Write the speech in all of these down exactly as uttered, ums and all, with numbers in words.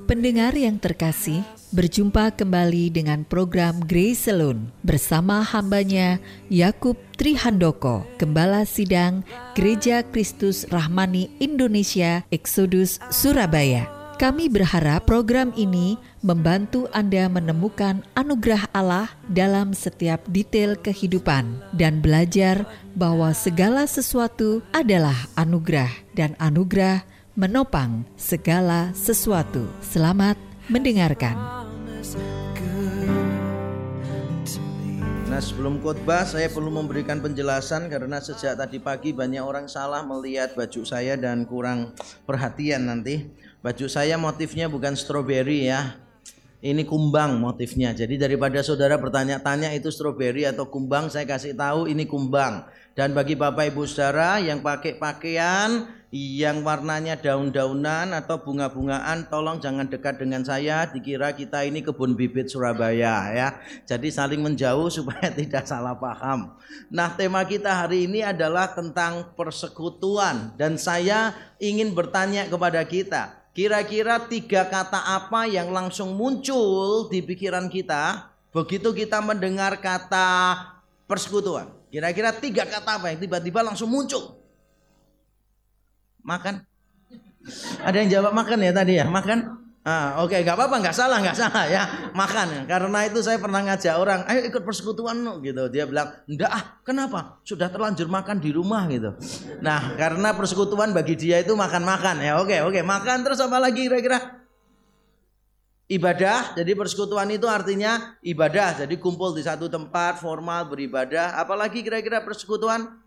Pendengar yang terkasih, berjumpa kembali dengan program Grace Alone bersama hambanya Yakub Trihandoko, Gembala Sidang Gereja Kristus Rahmani Indonesia Exodus Surabaya. Kami berharap program ini membantu Anda menemukan anugerah Allah dalam setiap detail kehidupan dan belajar bahwa segala sesuatu adalah anugerah dan anugerah menopang segala sesuatu. Selamat mendengarkan. Nah, sebelum khotbah saya perlu memberikan penjelasan karena sejak tadi pagi banyak orang salah melihat baju saya dan kurang perhatian nanti. Baju saya motifnya bukan stroberi ya. Ini kumbang motifnya. Jadi daripada saudara bertanya-tanya itu stroberi atau kumbang, saya kasih tahu ini kumbang. Dan bagi Bapak Ibu Saudara yang pakai pakaian yang warnanya daun-daunan atau bunga-bungaan, tolong jangan dekat dengan saya, dikira kita ini kebun bibit Surabaya ya. Jadi saling menjauh supaya tidak salah paham. Nah, tema kita hari ini adalah tentang persekutuan dan saya ingin bertanya kepada kita, kira-kira tiga kata apa yang langsung muncul di pikiran kita begitu kita mendengar kata persekutuan? Kira-kira tiga kata apa yang tiba-tiba langsung muncul? Makan. Ada yang jawab makan ya tadi ya? Makan? Ah, oke, okay, nggak apa-apa, nggak salah, nggak salah ya, makan. Karena itu saya pernah ngajak orang, ayo ikut persekutuan no, gitu. Dia bilang, enggak ah, kenapa? Sudah terlanjur makan di rumah gitu. Nah, karena persekutuan bagi dia itu makan-makan ya. Oke, okay, oke, okay. Makan terus apa lagi kira-kira? Ibadah. Jadi persekutuan itu artinya ibadah. Jadi kumpul di satu tempat formal beribadah. Apalagi kira-kira persekutuan?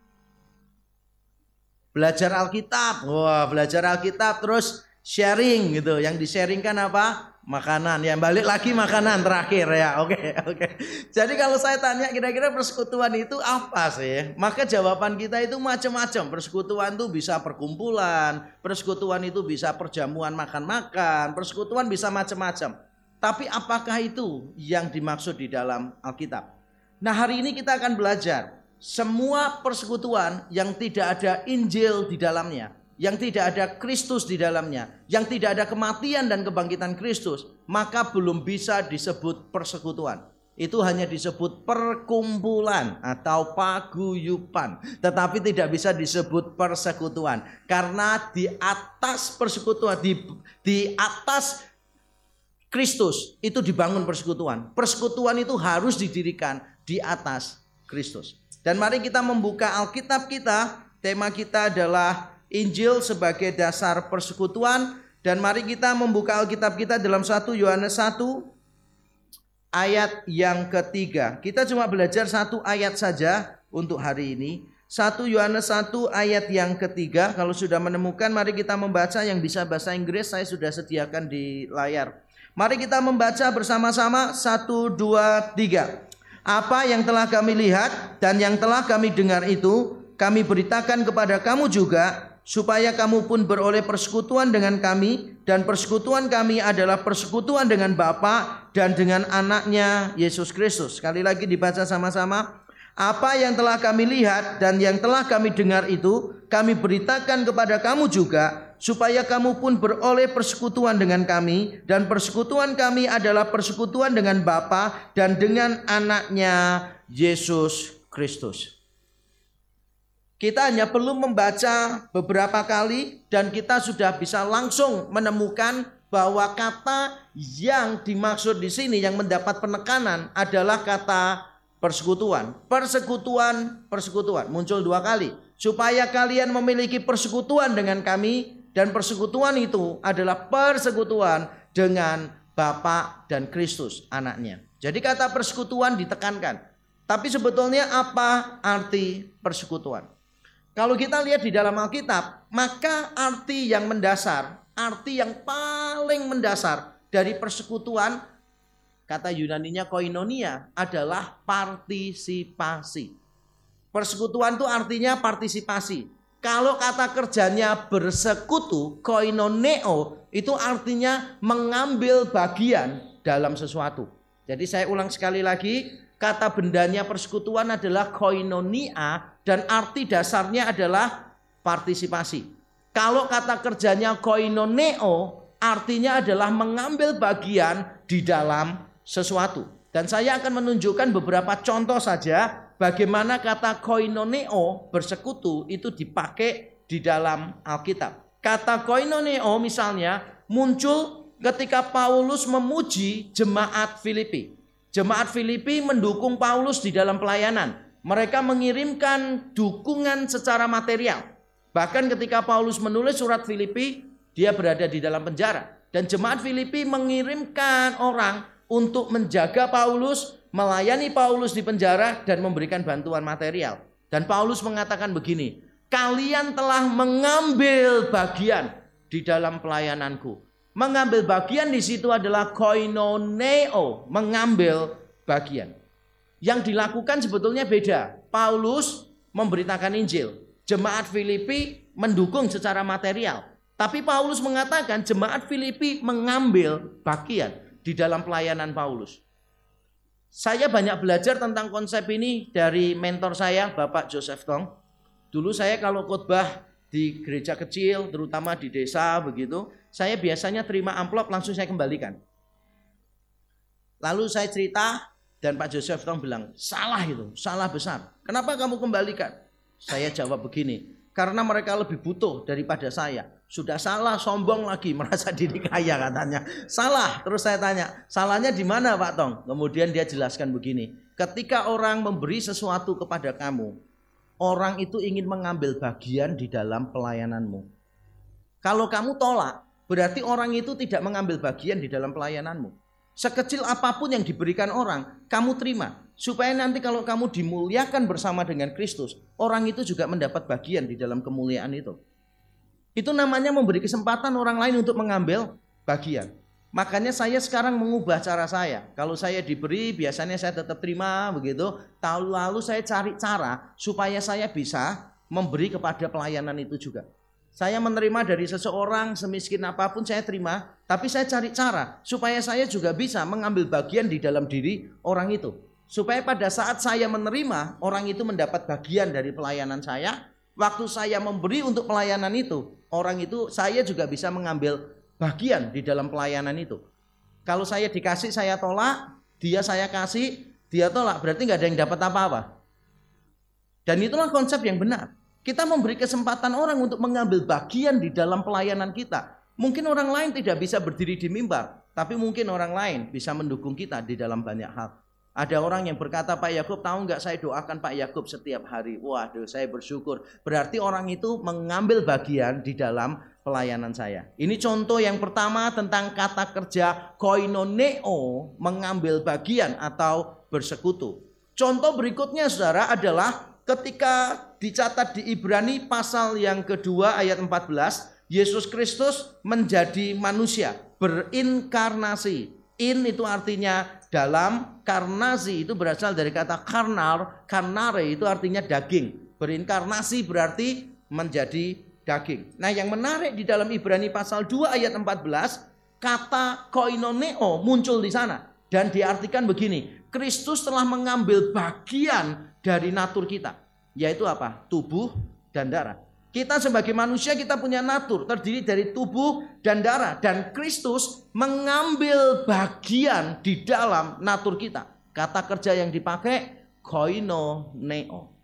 Belajar Alkitab. Wah, belajar Alkitab terus sharing gitu. Yang di-sharingkan apa? Makanan. Ya, balik lagi makanan terakhir ya. Oke, okay, oke. Okay. Jadi kalau saya tanya kira-kira persekutuan itu apa sih? Maka jawaban kita itu macam-macam. Persekutuan itu bisa perkumpulan, persekutuan itu bisa perjamuan makan-makan, persekutuan bisa macam-macam. Tapi apakah itu yang dimaksud di dalam Alkitab? Nah, hari ini kita akan belajar semua persekutuan yang tidak ada Injil di dalamnya, yang tidak ada Kristus di dalamnya, yang tidak ada kematian dan kebangkitan Kristus, maka belum bisa disebut persekutuan. Itu hanya disebut perkumpulan atau paguyupan, tetapi tidak bisa disebut persekutuan. Karena di atas persekutuan, di, di atas Kristus itu dibangun persekutuan. Persekutuan itu harus didirikan di atas Kristus. Dan mari kita membuka Alkitab kita. Tema kita adalah Injil sebagai dasar persekutuan. Dan mari kita membuka Alkitab kita dalam satu Yohanes satu ayat yang ketiga. Kita cuma belajar satu ayat saja untuk hari ini. satu Yohanes satu ayat yang ketiga. Kalau sudah menemukan, mari kita membaca. Yang bisa bahasa Inggris saya sudah sediakan di layar. Mari kita membaca bersama-sama. Satu, dua, tiga. Apa yang telah kami lihat dan yang telah kami dengar itu kami beritakan kepada kamu juga, supaya kamu pun beroleh persekutuan dengan kami, dan persekutuan kami adalah persekutuan dengan Bapa dan dengan anaknya Yesus Kristus. Sekali lagi dibaca sama-sama. Apa yang telah kami lihat dan yang telah kami dengar itu kami beritakan kepada kamu juga, supaya kamu pun beroleh persekutuan dengan kami, dan persekutuan kami adalah persekutuan dengan Bapa dan dengan anaknya Yesus Kristus. Kita hanya perlu membaca beberapa kali dan kita sudah bisa langsung menemukan bahwa kata yang dimaksud di sini yang mendapat penekanan adalah kata persekutuan. Persekutuan, persekutuan muncul dua kali. Supaya kalian memiliki persekutuan dengan kami, dan persekutuan itu adalah persekutuan dengan Bapa dan Kristus anaknya. Jadi kata persekutuan ditekankan. Tapi sebetulnya apa arti persekutuan? Kalau kita lihat di dalam Alkitab, maka arti yang mendasar, arti yang paling mendasar dari persekutuan, kata Yunaninya koinonia, adalah partisipasi. Persekutuan itu artinya partisipasi. Kalau kata kerjanya bersekutu, koinoneo, itu artinya mengambil bagian dalam sesuatu. Jadi saya ulang sekali lagi, kata bendanya persekutuan adalah koinonia dan arti dasarnya adalah partisipasi. Kalau kata kerjanya koinoneo, artinya adalah mengambil bagian di dalam sesuatu. Dan saya akan menunjukkan beberapa contoh saja bagaimana kata koinoneo, bersekutu, itu dipakai di dalam Alkitab. Kata koinoneo misalnya muncul ketika Paulus memuji jemaat Filipi. Jemaat Filipi mendukung Paulus di dalam pelayanan. Mereka mengirimkan dukungan secara material. Bahkan ketika Paulus menulis surat Filipi, dia berada di dalam penjara. Dan jemaat Filipi mengirimkan orang untuk menjaga Paulus, melayani Paulus di penjara, dan memberikan bantuan material. Dan Paulus mengatakan begini, kalian telah mengambil bagian di dalam pelayananku. Mengambil bagian di situ adalah koinoneo, mengambil bagian. Yang dilakukan sebetulnya beda. Paulus memberitakan Injil. Jemaat Filipi mendukung secara material. Tapi Paulus mengatakan jemaat Filipi mengambil bagian di dalam pelayanan Paulus. Saya banyak belajar tentang konsep ini dari mentor saya, Bapak Joseph Tong. Dulu saya kalau khotbah di gereja kecil, terutama di desa begitu, saya biasanya terima amplop langsung saya kembalikan. Lalu saya cerita dan Pak Joseph Tong bilang, salah itu, salah besar. Kenapa kamu kembalikan? Saya jawab begini, karena mereka lebih butuh daripada saya. Sudah salah, sombong lagi, merasa diri kaya katanya. Salah, terus saya tanya, salahnya di mana Pak Tong? Kemudian dia jelaskan begini, ketika orang memberi sesuatu kepada kamu, orang itu ingin mengambil bagian di dalam pelayananmu. Kalau kamu tolak, berarti orang itu tidak mengambil bagian di dalam pelayananmu. Sekecil apapun yang diberikan orang, kamu terima. Supaya nanti kalau kamu dimuliakan bersama dengan Kristus, orang itu juga mendapat bagian di dalam kemuliaan itu. Itu namanya memberi kesempatan orang lain untuk mengambil bagian. Makanya saya sekarang mengubah cara saya. Kalau saya diberi, biasanya saya tetap terima begitu. Tahun lalu saya cari cara supaya saya bisa memberi kepada pelayanan itu juga. Saya menerima dari seseorang semiskin apapun saya terima, tapi saya cari cara supaya saya juga bisa mengambil bagian di dalam diri orang itu. Supaya pada saat saya menerima, orang itu mendapat bagian dari pelayanan saya. Waktu saya memberi untuk pelayanan itu, orang itu saya juga bisa mengambil bagian di dalam pelayanan itu. Kalau saya dikasih saya tolak, dia saya kasih, dia tolak, berarti nggak ada yang dapat apa-apa. Dan itulah konsep yang benar. Kita memberi kesempatan orang untuk mengambil bagian di dalam pelayanan kita. Mungkin orang lain tidak bisa berdiri di mimbar, tapi mungkin orang lain bisa mendukung kita di dalam banyak hal. Ada orang yang berkata, Pak Yakub tahu nggak saya doakan Pak Yakub setiap hari. Waduh, saya bersyukur. Berarti orang itu mengambil bagian di dalam pelayanan saya. Ini contoh yang pertama tentang kata kerja koinoneo, mengambil bagian atau bersekutu. Contoh berikutnya saudara adalah ketika dicatat di Ibrani pasal yang kedua ayat empat belas, Yesus Kristus menjadi manusia, berinkarnasi. In itu artinya dalam, karnasi itu berasal dari kata karnar, karnare itu artinya daging. Berinkarnasi berarti menjadi daging. Nah yang menarik di dalam Ibrani pasal dua ayat empat belas, kata koinoneo muncul di sana. Dan diartikan begini, Kristus telah mengambil bagian dari natur kita. Yaitu apa? Tubuh dan darah. Kita sebagai manusia kita punya natur terdiri dari tubuh dan darah. Dan Kristus mengambil bagian di dalam natur kita. Kata kerja yang dipakai koinoneo,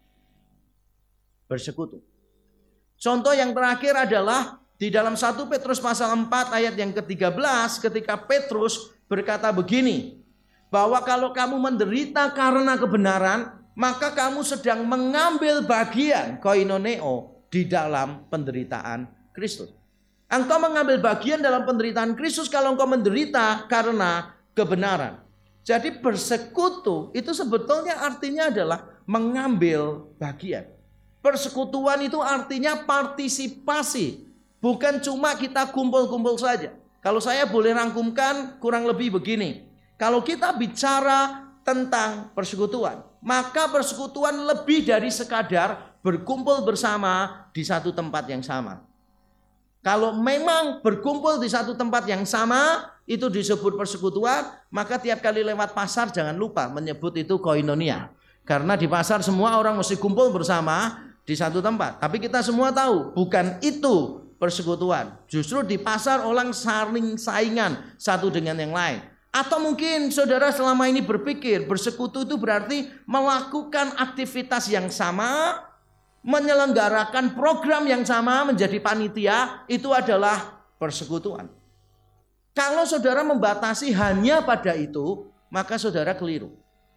bersekutu. Contoh yang terakhir adalah di dalam satu Petrus pasal empat ayat yang ke tiga belas, ketika Petrus berkata begini, bahwa kalau kamu menderita karena kebenaran, maka kamu sedang mengambil bagian koinoneo di dalam penderitaan Kristus. Engkau mengambil bagian dalam penderitaan Kristus kalau engkau menderita karena kebenaran. Jadi bersekutu itu sebetulnya artinya adalah mengambil bagian. Persekutuan itu artinya partisipasi. Bukan cuma kita kumpul-kumpul saja. Kalau saya boleh rangkumkan kurang lebih begini. Kalau kita bicara tentang persekutuan, maka persekutuan lebih dari sekadar berkumpul bersama di satu tempat yang sama. Kalau memang berkumpul di satu tempat yang sama itu disebut persekutuan, maka tiap kali lewat pasar jangan lupa menyebut itu koinonia. Karena di pasar semua orang mesti kumpul bersama di satu tempat. Tapi kita semua tahu bukan itu persekutuan. Justru di pasar orang saling saingan satu dengan yang lain. Atau mungkin saudara selama ini berpikir bersekutu itu berarti melakukan aktivitas yang sama, menyelenggarakan program yang sama, menjadi panitia, itu adalah persekutuan. Kalau saudara membatasi hanya pada itu, maka saudara keliru.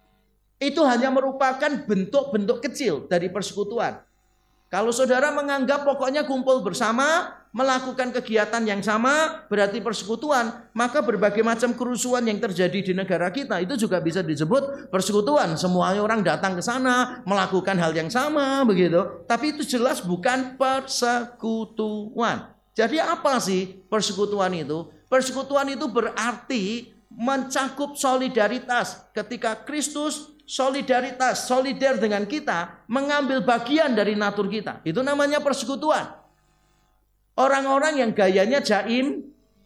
Itu hanya merupakan bentuk-bentuk kecil dari persekutuan. Kalau saudara menganggap pokoknya kumpul bersama, melakukan kegiatan yang sama, berarti persekutuan, maka berbagai macam kerusuhan yang terjadi di negara kita itu juga bisa disebut persekutuan. Semua orang datang ke sana, melakukan hal yang sama, begitu. Tapi itu jelas bukan persekutuan. Jadi apa sih persekutuan itu? Persekutuan itu berarti mencakup solidaritas. Ketika Kristus solidaritas, solider dengan kita, mengambil bagian dari natur kita. Itu namanya persekutuan. Orang-orang yang gayanya jaim,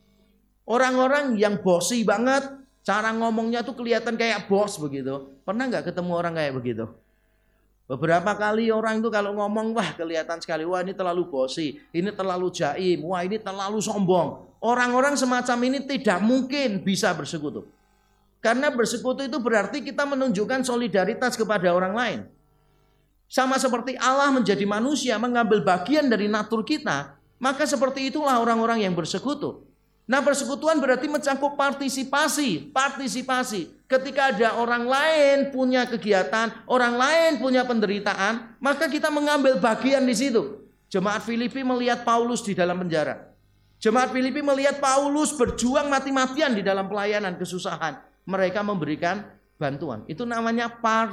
orang-orang yang bosi banget, cara ngomongnya tuh kelihatan kayak bos begitu. Pernah nggak ketemu orang kayak begitu? Beberapa kali orang itu kalau ngomong, wah kelihatan sekali, wah ini terlalu bosi, ini terlalu jaim, wah ini terlalu sombong. Orang-orang semacam ini tidak mungkin bisa bersekutu. Karena bersekutu itu berarti kita menunjukkan solidaritas kepada orang lain. Sama seperti Allah menjadi manusia, mengambil bagian dari natur kita, maka seperti itulah orang-orang yang bersekutu. Nah, persekutuan berarti mencakup partisipasi, partisipasi. Ketika ada orang lain punya kegiatan, orang lain punya penderitaan, maka kita mengambil bagian di situ. Jemaat Filipi melihat Paulus di dalam penjara. Jemaat Filipi melihat Paulus berjuang mati-matian di dalam pelayanan kesusahan. Mereka memberikan bantuan. Itu namanya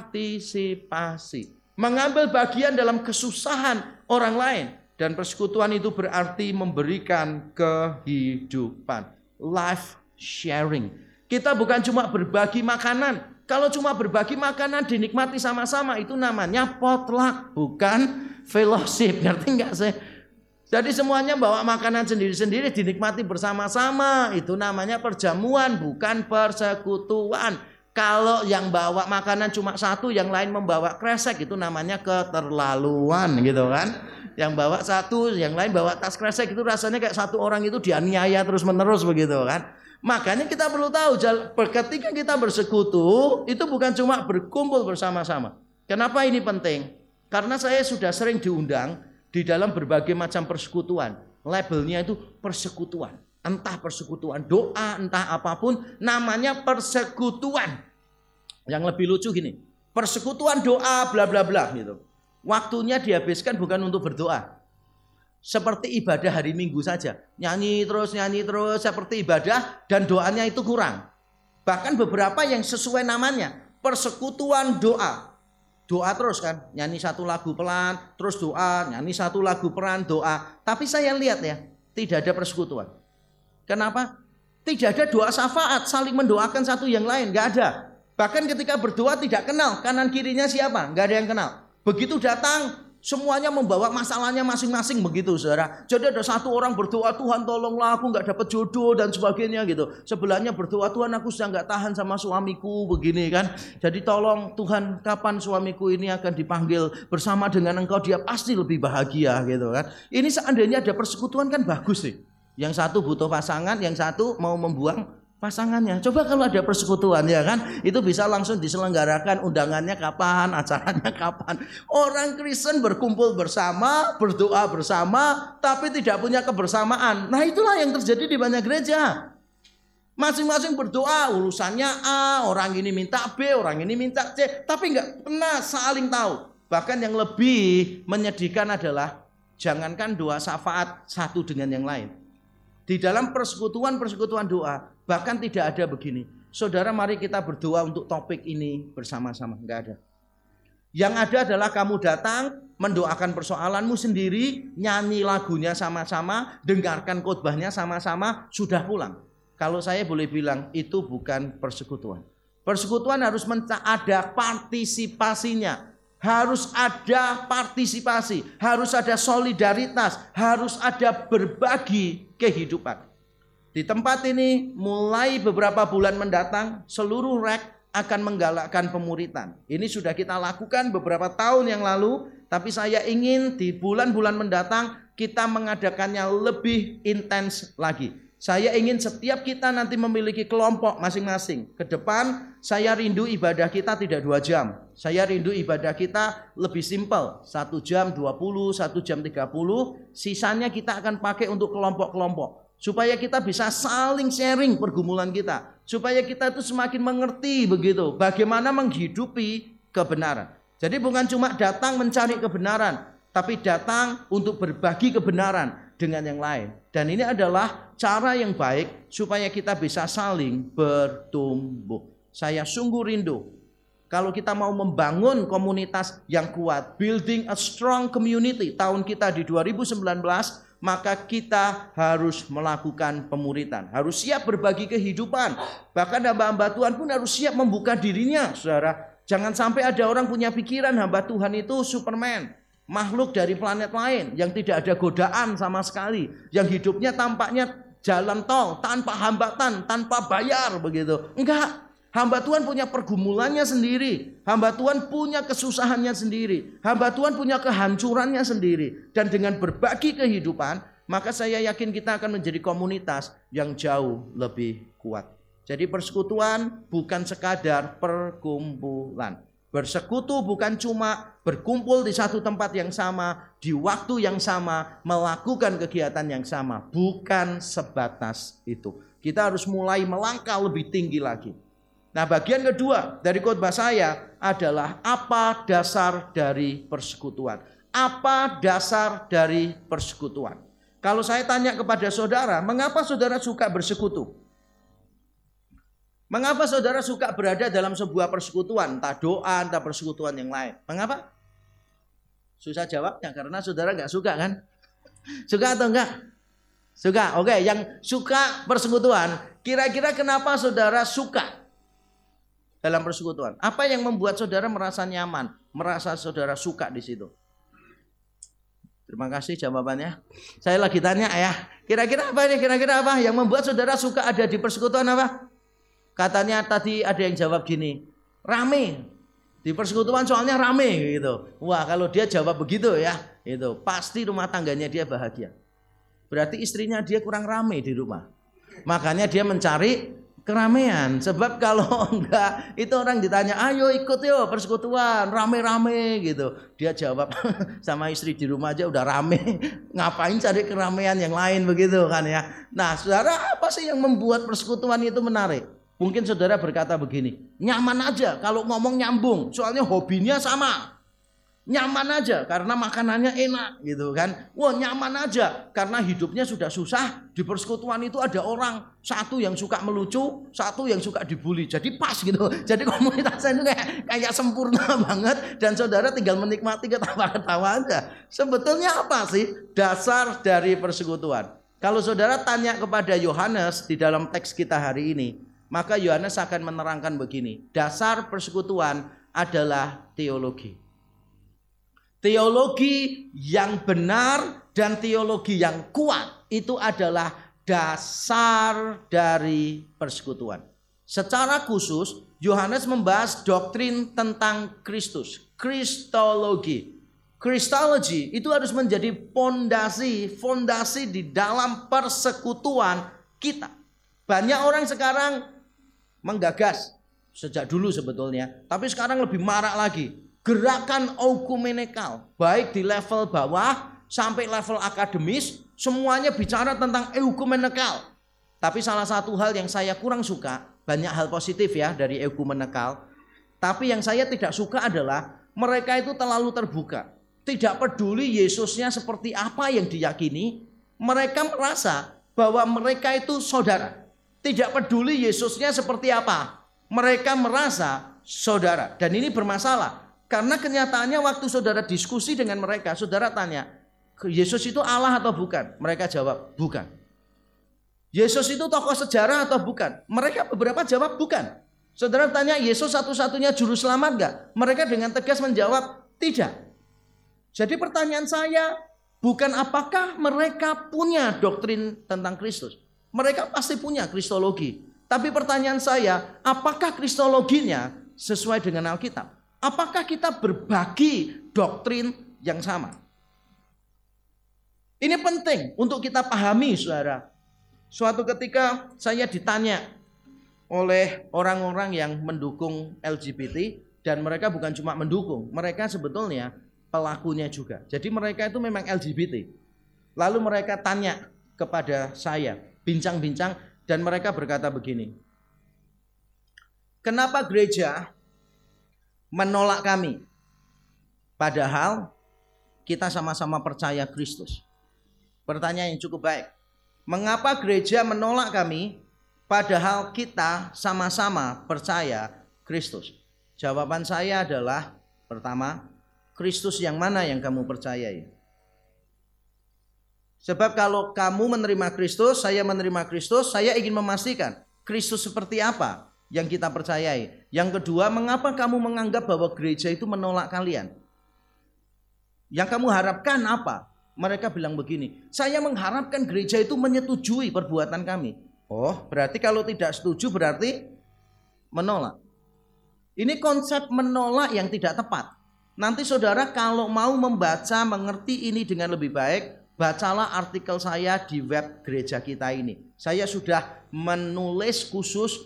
partisipasi. Mengambil bagian dalam kesusahan orang lain. Dan persekutuan itu berarti memberikan kehidupan. Life sharing. Kita bukan cuma berbagi makanan. Kalau cuma berbagi makanan dinikmati sama-sama, itu namanya potluck, bukan fellowship. Ngerti nggak sih? Jadi semuanya bawa makanan sendiri-sendiri dinikmati bersama-sama. Itu namanya perjamuan, bukan persekutuan. Kalau yang bawa makanan cuma satu, yang lain membawa kresek, itu namanya keterlaluan gitu kan. Yang bawa satu, yang lain bawa tas kresek, itu rasanya kayak satu orang itu dianiaya terus-menerus begitu kan. Makanya kita perlu tahu, ketika kita bersekutu, itu bukan cuma berkumpul bersama-sama. Kenapa ini penting? Karena saya sudah sering diundang di dalam berbagai macam persekutuan. Labelnya itu persekutuan. Entah persekutuan doa, entah apapun, namanya persekutuan. Yang lebih lucu gini, persekutuan doa bla bla bla gitu. Waktunya dihabiskan bukan untuk berdoa. Seperti ibadah hari Minggu saja. Nyanyi terus, nyanyi terus seperti ibadah dan doanya itu kurang. Bahkan beberapa yang sesuai namanya, persekutuan doa. Doa terus kan, nyanyi satu lagu pelan, terus doa, nyanyi satu lagu pelan, doa. Tapi saya lihat ya, tidak ada persekutuan. Kenapa? Tidak ada doa syafaat, saling mendoakan satu yang lain, gak ada. Bahkan ketika berdoa tidak kenal, kanan kirinya siapa, gak ada yang kenal. Begitu datang, semuanya membawa masalahnya masing-masing begitu saudara. Jadi ada satu orang berdoa, Tuhan tolonglah aku gak dapat jodoh dan sebagainya gitu. Sebelahnya berdoa, Tuhan aku sudah gak tahan sama suamiku begini kan. Jadi tolong Tuhan, kapan suamiku ini akan dipanggil bersama dengan engkau, dia pasti lebih bahagia gitu kan. Ini seandainya ada persekutuan kan bagus sih. Yang satu butuh pasangan, yang satu mau membuang pasangannya. Coba kalau ada persekutuan ya kan, itu bisa langsung diselenggarakan, undangannya kapan, acaranya kapan. Orang Kristen berkumpul bersama, berdoa bersama, tapi tidak punya kebersamaan. Nah itulah yang terjadi di banyak gereja. Masing-masing berdoa, urusannya A, orang ini minta B, orang ini minta C, tapi nggak pernah saling tahu. Bahkan yang lebih menyedihkan adalah jangankan doa syafaat satu dengan yang lain. Di dalam persekutuan-persekutuan doa, bahkan tidak ada begini. Saudara, mari kita berdoa untuk topik ini bersama-sama. Enggak ada. Yang ada adalah kamu datang, mendoakan persoalanmu sendiri, nyanyi lagunya sama-sama, dengarkan khotbahnya sama-sama, sudah pulang. Kalau saya boleh bilang, itu bukan persekutuan. Persekutuan harus ada partisipasinya. Harus ada partisipasi, harus ada solidaritas, harus ada berbagi kehidupan. Di tempat ini mulai beberapa bulan mendatang, seluruh rek akan menggalakkan pemuritan. Ini sudah kita lakukan beberapa tahun yang lalu, tapi saya ingin di bulan-bulan mendatang kita mengadakannya lebih intens lagi. Saya ingin setiap kita nanti memiliki kelompok masing-masing. Ke depan saya rindu ibadah kita tidak dua jam. Saya rindu ibadah kita lebih simpel. Satu jam dua puluh, satu jam tiga puluh. Sisanya kita akan pakai untuk kelompok-kelompok. Supaya kita bisa saling sharing pergumulan kita. Supaya kita itu semakin mengerti begitu. Bagaimana menghidupi kebenaran. Jadi bukan cuma datang mencari kebenaran. Tapi datang untuk berbagi kebenaran dengan yang lain. Dan ini adalah cara yang baik supaya kita bisa saling bertumbuh. Saya sungguh rindu kalau kita mau membangun komunitas yang kuat, building a strong community tahun kita di dua ribu sembilan belas, maka kita harus melakukan pemuritan, harus siap berbagi kehidupan. Bahkan hamba-hamba Tuhan pun harus siap membuka dirinya, saudara. Jangan sampai ada orang punya pikiran hamba Tuhan itu Superman, makhluk dari planet lain yang tidak ada godaan sama sekali, yang hidupnya tampaknya jalan tol tanpa hambatan, tanpa bayar begitu. Enggak, hamba Tuhan punya pergumulannya sendiri, hamba Tuhan punya kesusahannya sendiri, hamba Tuhan punya kehancurannya sendiri. Dan dengan berbagi kehidupan, maka saya yakin kita akan menjadi komunitas yang jauh lebih kuat. Jadi persekutuan bukan sekadar perkumpulan. Bersekutu bukan cuma berkumpul di satu tempat yang sama, di waktu yang sama, melakukan kegiatan yang sama. Bukan sebatas itu. Kita harus mulai melangkah lebih tinggi lagi. Nah, bagian kedua dari khotbah saya adalah apa dasar dari persekutuan. Apa dasar dari persekutuan? Kalau saya tanya kepada saudara, mengapa saudara suka bersekutu? Mengapa saudara suka berada dalam sebuah persekutuan, entah doa, entah persekutuan yang lain? Mengapa? Susah jawabnya, karena saudara gak suka kan? Suka atau enggak? Suka, oke. Yang suka persekutuan, kira-kira kenapa saudara suka dalam persekutuan? Apa yang membuat saudara merasa nyaman, merasa saudara suka di situ? Terima kasih jawabannya. Saya lagi tanya ya, kira-kira apa ini? Kira-kira apa yang membuat saudara suka ada di persekutuan apa? Katanya tadi ada yang jawab gini, rame. Di persekutuan soalnya rame gitu. Wah, kalau dia jawab begitu ya, itu pasti rumah tangganya dia bahagia. Berarti istrinya dia kurang rame di rumah. Makanya dia mencari keramaian. Sebab kalau enggak, itu orang ditanya, ayo ikut yuk persekutuan, rame-rame gitu. Dia jawab, sama istri di rumah aja udah rame, ngapain cari keramaian yang lain begitu kan ya. Nah, saudara, apa sih yang membuat persekutuan itu menarik? Mungkin saudara berkata begini, nyaman aja kalau ngomong nyambung, soalnya hobinya sama. Nyaman aja karena makanannya enak gitu kan. Wah, nyaman aja karena hidupnya sudah susah. Di persekutuan itu ada orang, satu yang suka melucu, satu yang suka dibully. Jadi pas gitu. Jadi komunitasnya itu kayak, kayak sempurna banget. Dan saudara tinggal menikmati ketawa-ketawa aja. Sebetulnya apa sih dasar dari persekutuan? Kalau saudara tanya kepada Yohanes di dalam teks kita hari ini, maka Yohanes akan menerangkan begini. Dasar persekutuan adalah teologi. Teologi yang benar dan teologi yang kuat itu adalah dasar dari persekutuan. Secara khusus, Yohanes membahas doktrin tentang Kristus. Kristologi. Kristologi itu harus menjadi fondasi, fondasi di dalam persekutuan kita. Banyak orang sekarang menggagas sejak dulu sebetulnya, tapi sekarang lebih marak lagi gerakan ekumenikal, baik di level bawah sampai level akademis, semuanya bicara tentang ekumenikal. Tapi salah satu hal yang saya kurang suka, banyak hal positif ya dari ekumenikal, tapi yang saya tidak suka adalah mereka itu terlalu terbuka, tidak peduli Yesusnya seperti apa yang diyakini. Mereka merasa bahwa mereka itu saudara. Tidak peduli Yesusnya seperti apa, mereka merasa saudara. Dan ini bermasalah, karena kenyataannya waktu saudara diskusi dengan mereka, saudara tanya, Yesus itu Allah atau bukan? Mereka jawab, bukan. Yesus itu tokoh sejarah atau bukan? Mereka beberapa jawab bukan. Saudara tanya, Yesus satu-satunya juru selamat gak? Mereka dengan tegas menjawab, tidak. Jadi pertanyaan saya, bukan apakah mereka punya doktrin tentang Kristus? Mereka pasti punya kristologi. Tapi pertanyaan saya, apakah kristologinya sesuai dengan Alkitab? Apakah kita berbagi doktrin yang sama? Ini penting untuk kita pahami, saudara. Suatu ketika saya ditanya oleh orang-orang yang mendukung L G B T, dan mereka bukan cuma mendukung, mereka sebetulnya pelakunya juga. Jadi mereka itu memang L G B T. Lalu mereka tanya kepada saya, bincang-bincang, dan mereka berkata begini, kenapa gereja menolak kami? Padahal kita sama-sama percaya Kristus. Pertanyaan yang cukup baik. Mengapa gereja menolak kami padahal kita sama-sama percaya Kristus? Jawaban saya adalah, pertama, Kristus yang mana yang kamu percayai? Sebab kalau kamu menerima Kristus, saya menerima Kristus, saya ingin memastikan Kristus seperti apa yang kita percayai. Yang kedua, mengapa kamu menganggap bahwa gereja itu menolak kalian? Yang kamu harapkan apa? Mereka bilang begini, saya mengharapkan gereja itu menyetujui perbuatan kami. Oh, berarti kalau tidak setuju berarti menolak. Ini konsep menolak yang tidak tepat. Nanti saudara kalau mau membaca, mengerti ini dengan lebih baik, bacalah artikel saya di web gereja kita ini. Saya sudah menulis khusus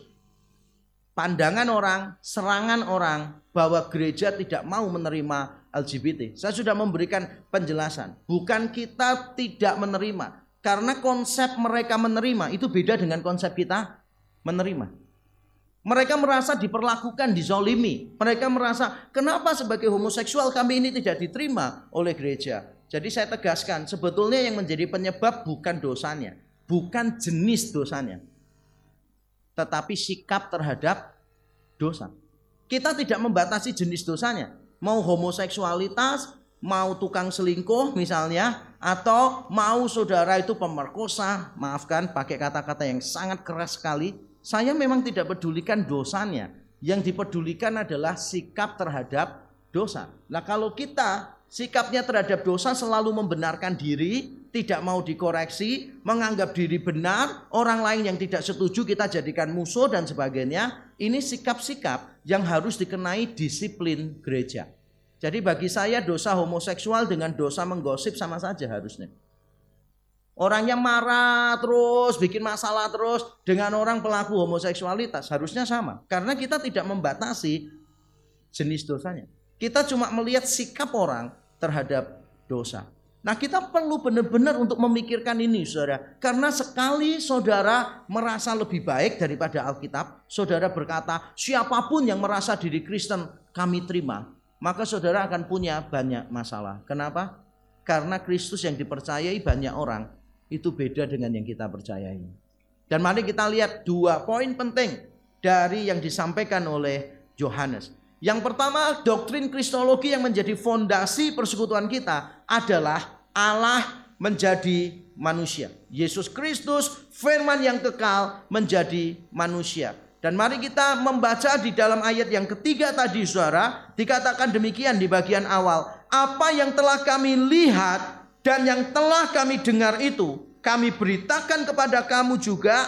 pandangan orang, serangan orang bahwa gereja tidak mau menerima L G B T. Saya sudah memberikan penjelasan. Bukan kita tidak menerima, karena konsep mereka menerima itu beda dengan konsep kita menerima. Mereka merasa diperlakukan, dizolimi. Mereka merasa, kenapa sebagai homoseksual kami ini tidak diterima oleh gereja? Jadi saya tegaskan, sebetulnya yang menjadi penyebab bukan dosanya, bukan jenis dosanya, tetapi sikap terhadap dosa. Kita tidak membatasi jenis dosanya. Mau homoseksualitas, mau tukang selingkuh misalnya, atau mau saudara itu pemerkosa, maafkan pakai kata-kata yang sangat keras sekali. Saya memang tidak pedulikan dosanya. Yang dipedulikan adalah sikap terhadap dosa. Nah kalau kita sikapnya terhadap dosa selalu membenarkan diri, tidak mau dikoreksi, menganggap diri benar, orang lain yang tidak setuju kita jadikan musuh dan sebagainya. Ini sikap-sikap yang harus dikenai disiplin gereja. Jadi bagi saya dosa homoseksual dengan dosa menggosip sama saja harusnya. Orangnya marah terus, bikin masalah terus dengan orang pelaku homoseksualitas harusnya sama. Karena kita tidak membatasi jenis dosanya. Kita cuma melihat sikap orang terhadap dosa. Nah kita perlu benar-benar untuk memikirkan ini saudara. Karena sekali saudara merasa lebih baik daripada Alkitab, saudara berkata siapapun yang merasa diri Kristen kami terima, maka saudara akan punya banyak masalah. Kenapa? Karena Kristus yang dipercayai banyak orang itu beda dengan yang kita percayai. Dan mari kita lihat dua poin penting dari yang disampaikan oleh Yohanes. Yang pertama, doktrin kristologi yang menjadi fondasi persekutuan kita adalah Allah menjadi manusia. Yesus Kristus, firman yang kekal menjadi manusia. Dan mari kita membaca di dalam ayat yang ketiga tadi saudara, dikatakan demikian di bagian awal. Apa yang telah kami lihat dan yang telah kami dengar itu, kami beritakan kepada kamu juga,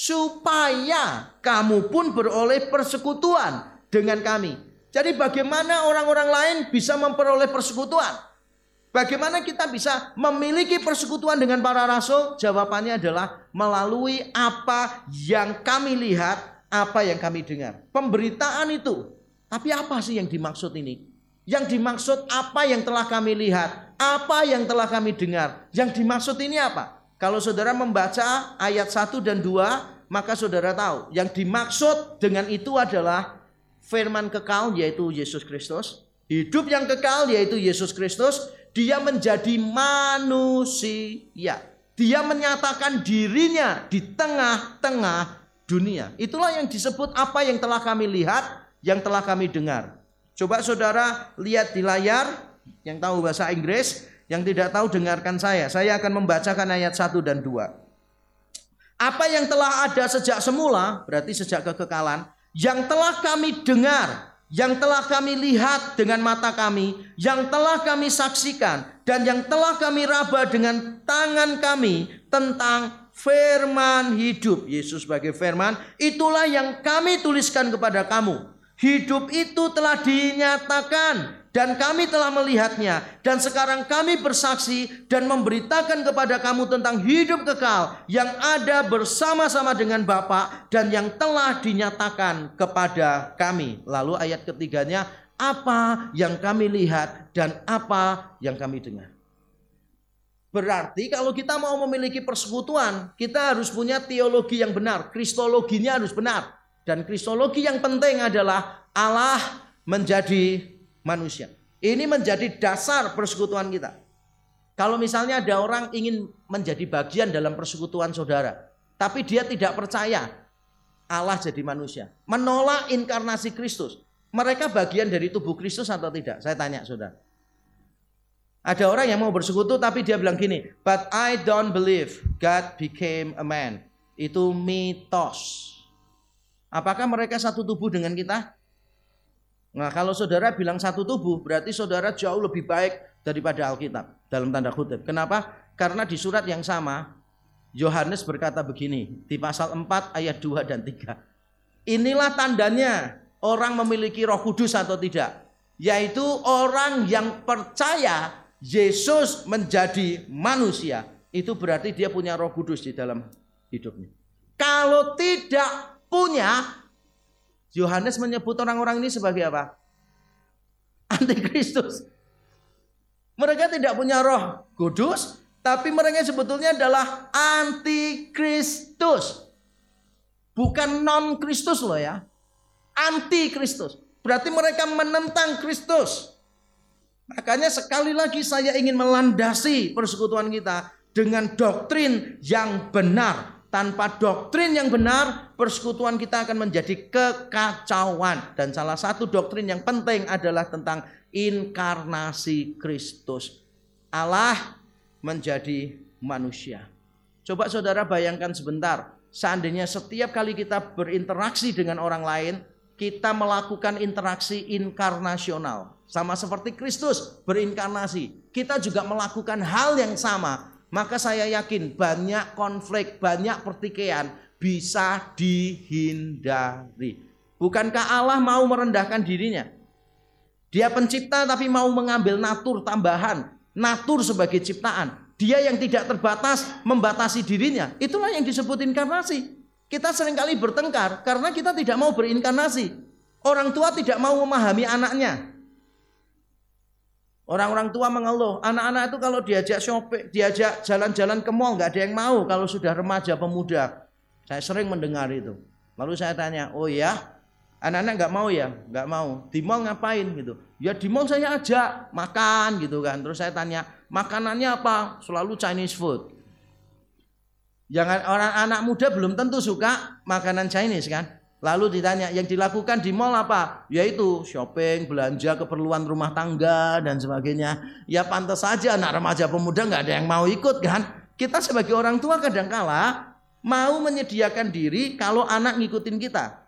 supaya kamu pun beroleh persekutuan dengan kami. Jadi bagaimana orang-orang lain bisa memperoleh persekutuan? Bagaimana kita bisa memiliki persekutuan dengan para rasul? Jawabannya adalah melalui apa yang kami lihat, apa yang kami dengar. Pemberitaan itu. Tapi apa sih yang dimaksud ini? Yang dimaksud apa yang telah kami lihat, apa yang telah kami dengar. Yang dimaksud ini apa? Kalau saudara membaca ayat satu dan dua, maka saudara tahu. Yang dimaksud dengan itu adalah firman kekal yaitu Yesus Kristus, hidup yang kekal yaitu Yesus Kristus. Dia menjadi manusia. Dia menyatakan dirinya di tengah-tengah dunia. Itulah yang disebut apa yang telah kami lihat, yang telah kami dengar. Coba saudara lihat di layar, yang tahu bahasa Inggris, yang tidak tahu dengarkan saya. Saya akan membacakan ayat satu dan dua. Apa yang telah ada sejak semula, berarti sejak kekekalan, yang telah kami dengar, yang telah kami lihat dengan mata kami, yang telah kami saksikan, dan yang telah kami raba dengan tangan kami tentang firman hidup. Yesus sebagai firman, itulah yang kami tuliskan kepada kamu. Hidup itu telah dinyatakan dan kami telah melihatnya. Dan sekarang kami bersaksi dan memberitakan kepada kamu tentang hidup kekal yang ada bersama-sama dengan Bapa dan yang telah dinyatakan kepada kami. Lalu ayat ketiganya, apa yang kami lihat dan apa yang kami dengar. Berarti kalau kita mau memiliki persekutuan, kita harus punya teologi yang benar. Kristologinya harus benar. Dan kristologi yang penting adalah Allah menjadi manusia. Ini menjadi dasar persekutuan kita. Kalau misalnya ada orang ingin menjadi bagian dalam persekutuan saudara, tapi dia tidak percaya Allah jadi manusia, menolak inkarnasi Kristus, mereka bagian dari tubuh Kristus atau tidak? Saya tanya saudara. Ada orang yang mau bersekutu tapi dia bilang gini, but I don't believe God became a man. Itu mitos. Apakah mereka satu tubuh dengan kita? Nah, kalau saudara bilang satu tubuh, berarti saudara jauh lebih baik daripada Alkitab. Dalam tanda kutip. Kenapa? Karena di surat yang sama, Yohanes berkata begini, di pasal empat ayat dua dan tiga. Inilah tandanya orang memiliki Roh Kudus atau tidak. Yaitu orang yang percaya Yesus menjadi manusia. Itu berarti dia punya Roh Kudus di dalam hidupnya. Kalau tidak punya, Yohanes menyebut orang-orang ini sebagai apa? Antikristus. Mereka tidak punya Roh Kudus, tapi mereka sebetulnya adalah antikristus. Bukan non-Kristus loh ya. Antikristus. Berarti mereka menentang Kristus. Makanya sekali lagi saya ingin melandasi persekutuan kita dengan doktrin yang benar. Tanpa doktrin yang benar, persekutuan kita akan menjadi kekacauan. Dan salah satu doktrin yang penting adalah tentang inkarnasi Kristus. Allah menjadi manusia. Coba saudara bayangkan sebentar, seandainya setiap kali kita berinteraksi dengan orang lain, kita melakukan interaksi inkarnasional. Sama seperti Kristus berinkarnasi, kita juga melakukan hal yang sama. Maka saya yakin banyak konflik, banyak pertikaian bisa dihindari. Bukankah Allah mau merendahkan dirinya? Dia pencipta tapi mau mengambil natur tambahan, natur sebagai ciptaan. Dia yang tidak terbatas membatasi dirinya. Itulah yang disebut inkarnasi. Kita seringkali bertengkar karena kita tidak mau berinkarnasi. Orang tua tidak mau memahami anaknya. Orang-orang tua mengeluh, anak-anak itu kalau diajak shopping, diajak jalan-jalan ke mall, gak ada yang mau kalau sudah remaja pemuda. Saya sering mendengar itu. Lalu saya tanya, oh ya, anak-anak gak mau ya? Gak mau. Di mall ngapain gitu? Ya di mall saya ajak makan gitu kan. Terus saya tanya, makanannya apa? Selalu Chinese food. Jangan, orang anak muda belum tentu suka makanan Chinese kan. Lalu ditanya, yang dilakukan di mall apa? Yaitu shopping, belanja keperluan rumah tangga dan sebagainya. Ya pantas saja anak remaja pemuda gak ada yang mau ikut kan. Kita sebagai orang tua kadangkala mau menyediakan diri kalau anak ngikutin kita.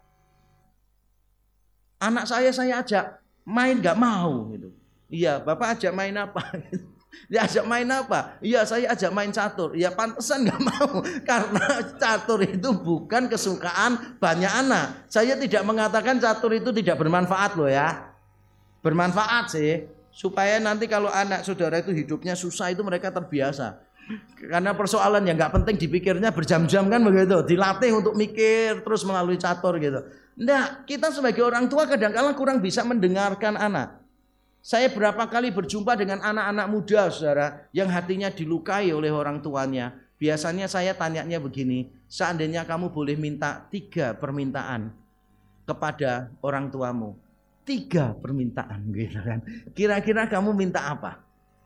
Anak saya saya ajak main gak mau gitu. Iya, Bapak ajak main apa? Dia ajak main apa? Iya, saya ajak main catur. Ya pantesan gak mau. Karena catur itu bukan kesukaan banyak anak. Saya tidak mengatakan catur itu tidak bermanfaat loh ya. Bermanfaat sih. Supaya nanti kalau anak saudara itu hidupnya susah itu mereka terbiasa. Karena persoalan yang gak penting dipikirnya berjam-jam kan begitu. Dilatih untuk mikir terus melalui catur gitu. Nah, kita sebagai orang tua kadang-kala kurang bisa mendengarkan anak. Saya berapa kali berjumpa dengan anak-anak muda saudara yang hatinya dilukai oleh orang tuanya. Biasanya saya tanyanya begini, seandainya kamu boleh minta tiga permintaan kepada orang tuamu. Tiga permintaan gitu kan. Kira-kira kamu minta apa?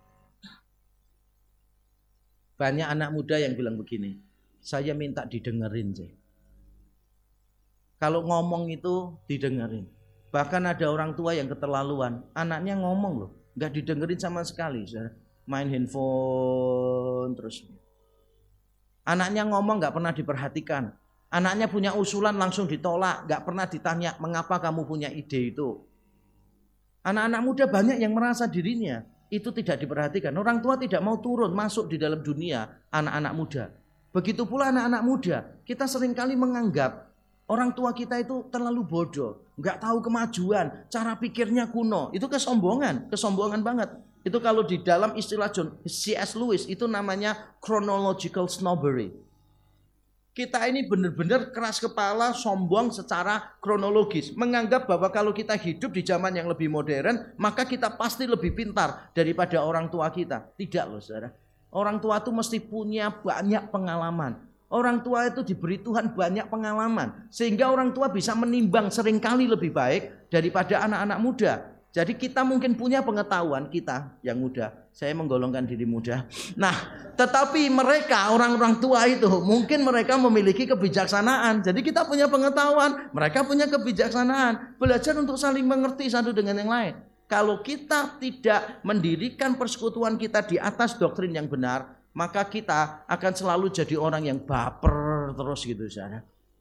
Banyak anak muda yang bilang begini, saya minta didengerin sih. Kalau ngomong itu didengerin. Bahkan ada orang tua yang keterlaluan, anaknya ngomong loh, gak didengerin sama sekali, main handphone terus. Anaknya ngomong gak pernah diperhatikan, anaknya punya usulan langsung ditolak, gak pernah ditanya mengapa kamu punya ide itu. Anak-anak muda banyak yang merasa dirinya itu tidak diperhatikan. Orang tua tidak mau turun masuk di dalam dunia anak-anak muda. Begitu pula anak-anak muda. Kita seringkali menganggap orang tua kita itu terlalu bodoh. Nggak tahu kemajuan. Cara pikirnya kuno. Itu kesombongan. Kesombongan banget. Itu kalau di dalam istilah John C S Lewis itu namanya chronological snobbery. Kita ini benar-benar keras kepala, sombong secara kronologis. Menganggap bahwa kalau kita hidup di zaman yang lebih modern, maka kita pasti lebih pintar daripada orang tua kita. Tidak loh saudara. Orang tua itu mesti punya banyak pengalaman. Orang tua itu diberi Tuhan banyak pengalaman. Sehingga orang tua bisa menimbang seringkali lebih baik daripada anak-anak muda. Jadi kita mungkin punya pengetahuan, kita yang muda. Saya menggolongkan diri muda. Nah, tetapi mereka orang-orang tua itu mungkin mereka memiliki kebijaksanaan. Jadi kita punya pengetahuan, mereka punya kebijaksanaan. Belajar untuk saling mengerti satu dengan yang lain. Kalau kita tidak mendirikan persekutuan kita di atas doktrin yang benar, maka kita akan selalu jadi orang yang baper terus gitu saudara.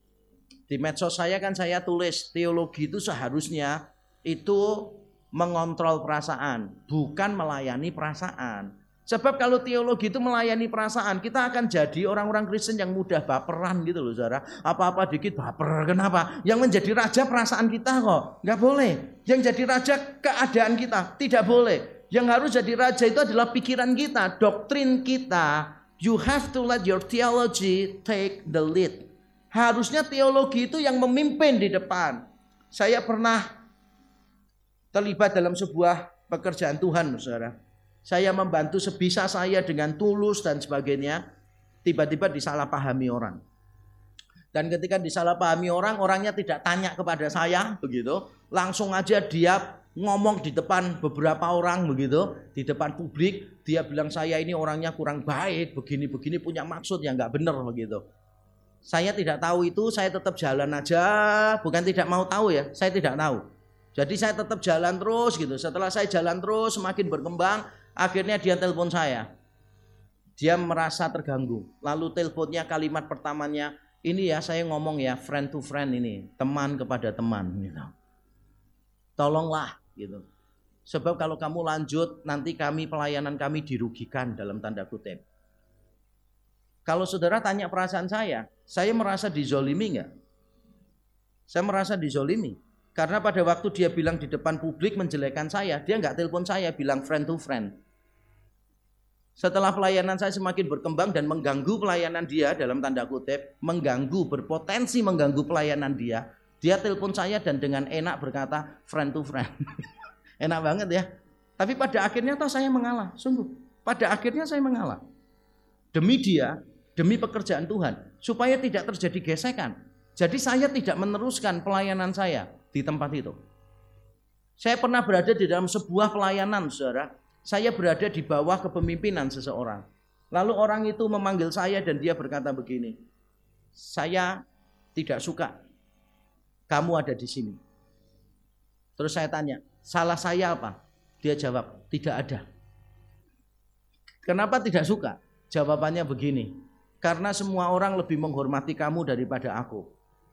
Di medsos saya kan saya tulis teologi itu seharusnya itu mengontrol perasaan, bukan melayani perasaan. Sebab kalau teologi itu melayani perasaan, kita akan jadi orang-orang Kristen yang mudah baperan gitu loh saudara. Apa-apa dikit baper, kenapa? Yang menjadi raja perasaan kita kok, nggak boleh. Yang jadi raja keadaan kita, tidak boleh. Yang harus jadi raja itu adalah pikiran kita, doktrin kita. You have to let your theology take the lead. Harusnya teologi itu yang memimpin di depan. Saya pernah terlibat dalam sebuah pekerjaan Tuhan saudara. Saya membantu sebisa saya dengan tulus dan sebagainya. Tiba-tiba disalahpahami orang. Dan ketika disalahpahami orang, orangnya tidak tanya kepada saya, begitu. Langsung aja dia ngomong di depan beberapa orang, begitu. Di depan publik, dia bilang saya ini orangnya kurang baik, begini-begini punya maksud yang nggak benar, begitu. Saya tidak tahu itu, saya tetap jalan aja. Bukan tidak mau tahu ya, saya tidak tahu. Jadi saya tetap jalan terus, gitu. Setelah saya jalan terus, semakin berkembang. Akhirnya dia telepon saya. Dia merasa terganggu. Lalu teleponnya kalimat pertamanya, ini ya saya ngomong ya friend to friend ini. Teman kepada teman. Gitu. Tolonglah. Gitu. Sebab kalau kamu lanjut nanti kami pelayanan kami dirugikan dalam tanda kutip. Kalau saudara tanya perasaan saya, saya merasa dizolimi enggak? Saya merasa dizolimi. Karena pada waktu dia bilang di depan publik menjelekkan saya, dia enggak telepon saya bilang friend to friend. Setelah pelayanan saya semakin berkembang dan mengganggu pelayanan dia dalam tanda kutip, mengganggu, berpotensi mengganggu pelayanan dia, dia telepon saya dan dengan enak berkata friend to friend. Enak banget ya. Tapi pada akhirnya toh saya mengalah, sungguh. Pada akhirnya saya mengalah. Demi dia, demi pekerjaan Tuhan, supaya tidak terjadi gesekan. Jadi saya tidak meneruskan pelayanan saya di tempat itu. Saya pernah berada di dalam sebuah pelayanan, saudara. Saya berada di bawah kepemimpinan seseorang. Lalu orang itu memanggil saya dan dia berkata begini, saya tidak suka kamu ada di sini. Terus saya tanya, salah saya apa? Dia jawab, tidak ada. Kenapa tidak suka? Jawabannya begini, karena semua orang lebih menghormati kamu daripada aku.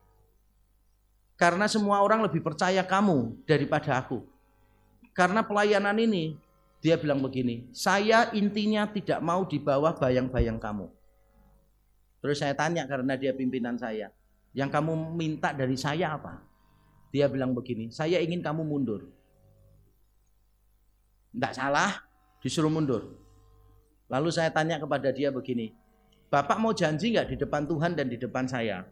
Karena semua orang lebih percaya kamu daripada aku. Karena pelayanan ini, dia bilang begini, saya intinya tidak mau di bawah bayang-bayang kamu. Terus saya tanya karena dia pimpinan saya, yang kamu minta dari saya apa? Dia bilang begini, saya ingin kamu mundur. Tidak salah, disuruh mundur. Lalu saya tanya kepada dia begini, Bapak mau janji nggak di depan Tuhan dan di depan saya,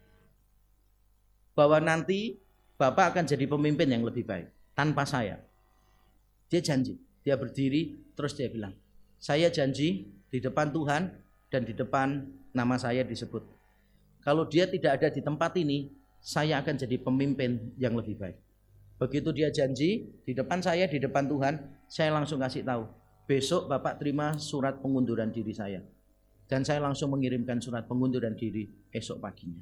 bahwa nanti Bapak akan jadi pemimpin yang lebih baik tanpa saya? Dia janji. Dia berdiri, terus dia bilang, saya janji di depan Tuhan dan di depan nama saya disebut. Kalau dia tidak ada di tempat ini, saya akan jadi pemimpin yang lebih baik. Begitu dia janji di depan saya, di depan Tuhan, saya langsung kasih tahu, besok Bapak terima surat pengunduran diri saya. Dan saya langsung mengirimkan surat pengunduran diri esok paginya.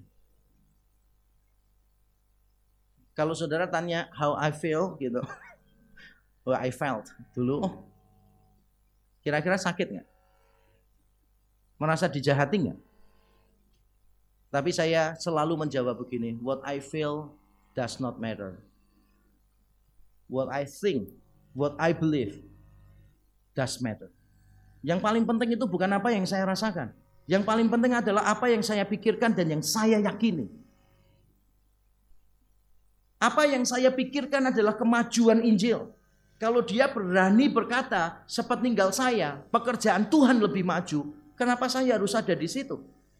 Kalau saudara tanya how I feel gitu, oh, I felt dulu, oh, kira-kira sakit nggak? Merasa dijahati nggak? Tapi saya selalu menjawab begini, what I feel does not matter. What I think, what I believe does matter. Yang paling penting itu bukan apa yang saya rasakan. Yang paling penting adalah apa yang saya pikirkan dan yang saya yakini. Apa yang saya pikirkan adalah kemajuan Injil. Kalau dia berani berkata, sepeninggal saya, pekerjaan Tuhan lebih maju, kenapa saya harus ada di situ?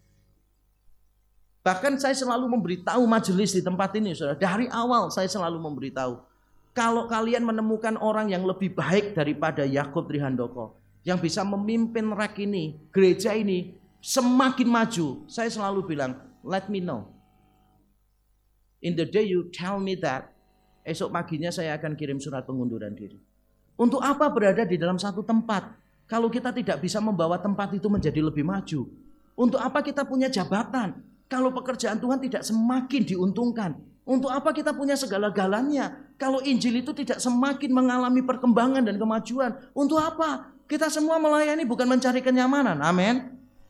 Bahkan saya selalu memberitahu majelis di tempat ini, saudara. Dari awal saya selalu memberitahu, kalau kalian menemukan orang yang lebih baik daripada Yakub Trihandoko, yang bisa memimpin rek ini, gereja ini semakin maju, saya selalu bilang, let me know. In the day you tell me that, esok paginya saya akan kirim surat pengunduran diri. Untuk apa berada di dalam satu tempat kalau kita tidak bisa membawa tempat itu menjadi lebih maju? Untuk apa kita punya jabatan kalau pekerjaan Tuhan tidak semakin diuntungkan? Untuk apa kita punya segala-galanya kalau Injil itu tidak semakin mengalami perkembangan dan kemajuan? Untuk apa? Kita semua melayani bukan mencari kenyamanan. Amin.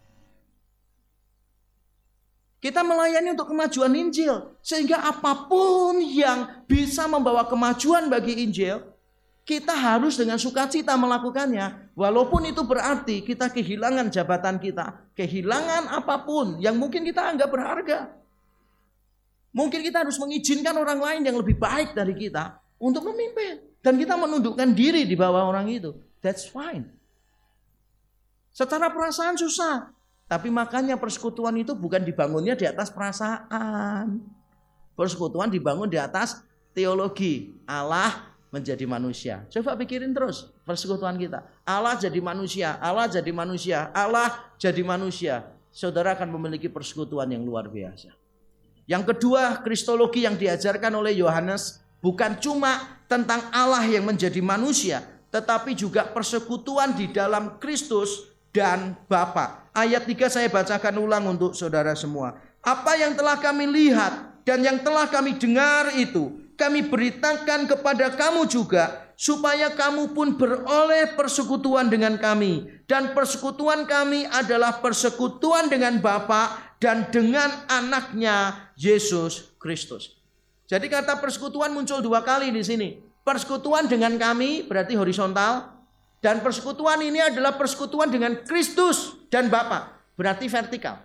Kita melayani untuk kemajuan Injil. Sehingga apapun yang bisa membawa kemajuan bagi Injil, kita harus dengan sukacita melakukannya. Walaupun itu berarti kita kehilangan jabatan kita, kehilangan apapun yang mungkin kita anggap berharga. Mungkin kita harus mengizinkan orang lain yang lebih baik dari kita untuk memimpin. Dan kita menundukkan diri di bawah orang itu. That's fine. Secara perasaan susah. Tapi makanya persekutuan itu bukan dibangunnya di atas perasaan. Persekutuan dibangun di atas teologi. Allah menjadi manusia. Coba pikirin terus persekutuan kita. Allah jadi manusia, Allah jadi manusia, Allah jadi manusia. Saudara akan memiliki persekutuan yang luar biasa. Yang kedua, kristologi yang diajarkan oleh Yohanes bukan cuma tentang Allah yang menjadi manusia, tetapi juga persekutuan di dalam Kristus dan Bapa. Ayat tiga saya bacakan ulang untuk saudara semua. Apa yang telah kami lihat dan yang telah kami dengar itu kami beritakan kepada kamu juga, supaya kamu pun beroleh persekutuan dengan kami. Dan persekutuan kami adalah persekutuan dengan Bapa dan dengan anaknya Yesus Kristus. Jadi kata persekutuan muncul dua kali di sini. Persekutuan dengan kami berarti horizontal. Dan persekutuan ini adalah persekutuan dengan Kristus dan Bapa, berarti vertikal.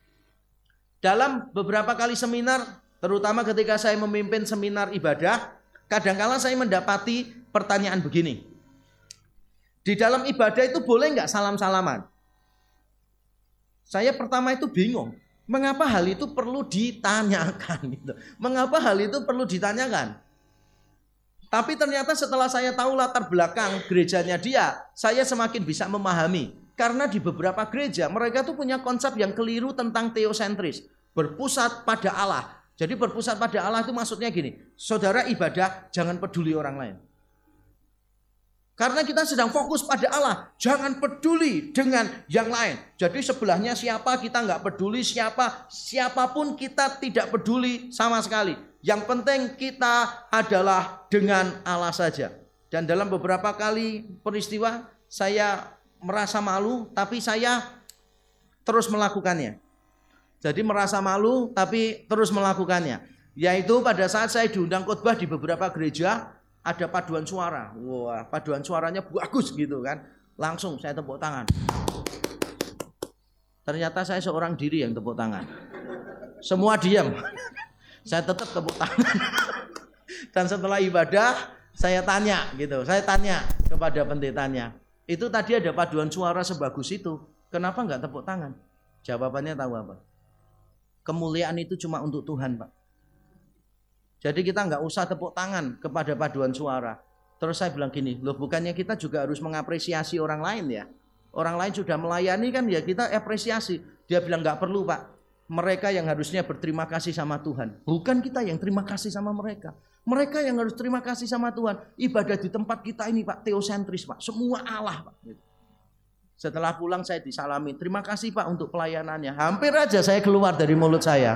Dalam beberapa kali seminar, terutama ketika saya memimpin seminar ibadah, kadang-kala saya mendapati pertanyaan begini. Di dalam ibadah itu boleh nggak salam-salaman? Saya pertama itu bingung. Mengapa hal itu perlu ditanyakan? Gitu. Mengapa hal itu perlu ditanyakan? Tapi ternyata setelah saya tahu latar belakang gerejanya dia, saya semakin bisa memahami. Karena di beberapa gereja mereka tuh punya konsep yang keliru tentang teosentris. Berpusat pada Allah. Jadi berpusat pada Allah itu maksudnya gini. Saudara ibadah jangan peduli orang lain. Karena kita sedang fokus pada Allah. Jangan peduli dengan yang lain. Jadi sebelahnya siapa kita nggak peduli. Siapa, siapapun kita tidak peduli sama sekali. Yang penting kita adalah dengan Allah saja. Dan dalam beberapa kali peristiwa saya merasa malu, tapi saya terus melakukannya. Jadi merasa malu tapi terus melakukannya. Yaitu pada saat saya diundang khotbah di beberapa gereja, ada paduan suara. Wah, paduan suaranya bagus gitu kan. Langsung saya tepuk tangan. Ternyata saya seorang diri yang tepuk tangan. Semua diam. Saya tetap tepuk tangan. Dan setelah ibadah saya tanya gitu. Saya tanya kepada pendetanya. Itu tadi ada paduan suara sebagus itu. Kenapa enggak tepuk tangan? Jawabannya tahu apa? Kemuliaan itu cuma untuk Tuhan, Pak. Jadi kita enggak usah tepuk tangan kepada paduan suara. Terus saya bilang gini, loh bukannya kita juga harus mengapresiasi orang lain ya? Orang lain sudah melayani kan ya kita apresiasi. Dia bilang enggak perlu, Pak. Mereka yang harusnya berterima kasih sama Tuhan. Bukan kita yang terima kasih sama mereka. Mereka yang harus terima kasih sama Tuhan. Ibadah di tempat kita ini Pak, teosentris Pak. Semua Allah Pak. Setelah pulang saya disalami. Terima kasih Pak untuk pelayanannya. Hampir aja saya keluar dari mulut saya.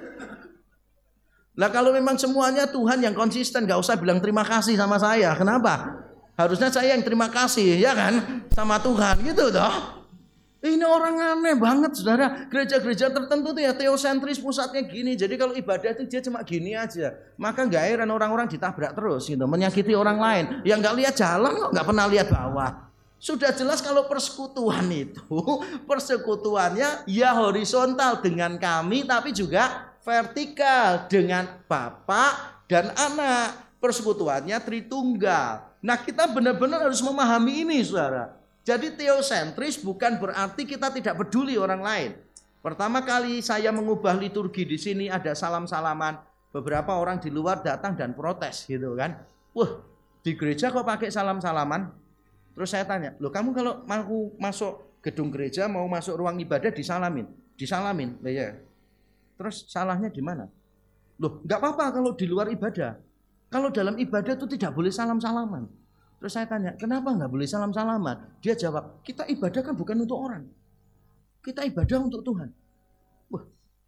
Lah kalau memang semuanya Tuhan yang konsisten, gak usah bilang terima kasih sama saya. Kenapa? Harusnya saya yang terima kasih, ya kan? Sama Tuhan gitu toh. Ini orang aneh banget saudara. Gereja-gereja tertentu tuh ya teosentris pusatnya gini. Jadi kalau ibadah itu dia cuma gini aja. Maka gak heran orang-orang ditabrak terus gitu. Menyakiti orang lain. Yang gak lihat jalan kok, gak pernah lihat bawah. Sudah jelas kalau persekutuan itu, persekutuannya ya horizontal dengan kami, tapi juga vertikal dengan Bapa dan Anak. Persekutuannya Tritunggal. Nah, kita benar-benar harus memahami ini, saudara. Jadi teosentris bukan berarti kita tidak peduli orang lain. Pertama kali saya mengubah liturgi di sini ada salam-salaman. Beberapa orang di luar datang dan protes gitu kan. Wah, di gereja kok pakai salam-salaman? Terus saya tanya, loh kamu kalau mau masuk gedung gereja, mau masuk ruang ibadah disalamin, disalamin, lah ya. Terus salahnya di mana? Loh, nggak apa-apa kalau di luar ibadah. Kalau dalam ibadah itu tidak boleh salam-salaman. Terus saya tanya, kenapa nggak boleh salam-salaman? Dia jawab, kita ibadah kan bukan untuk orang, kita ibadah untuk Tuhan. Wah,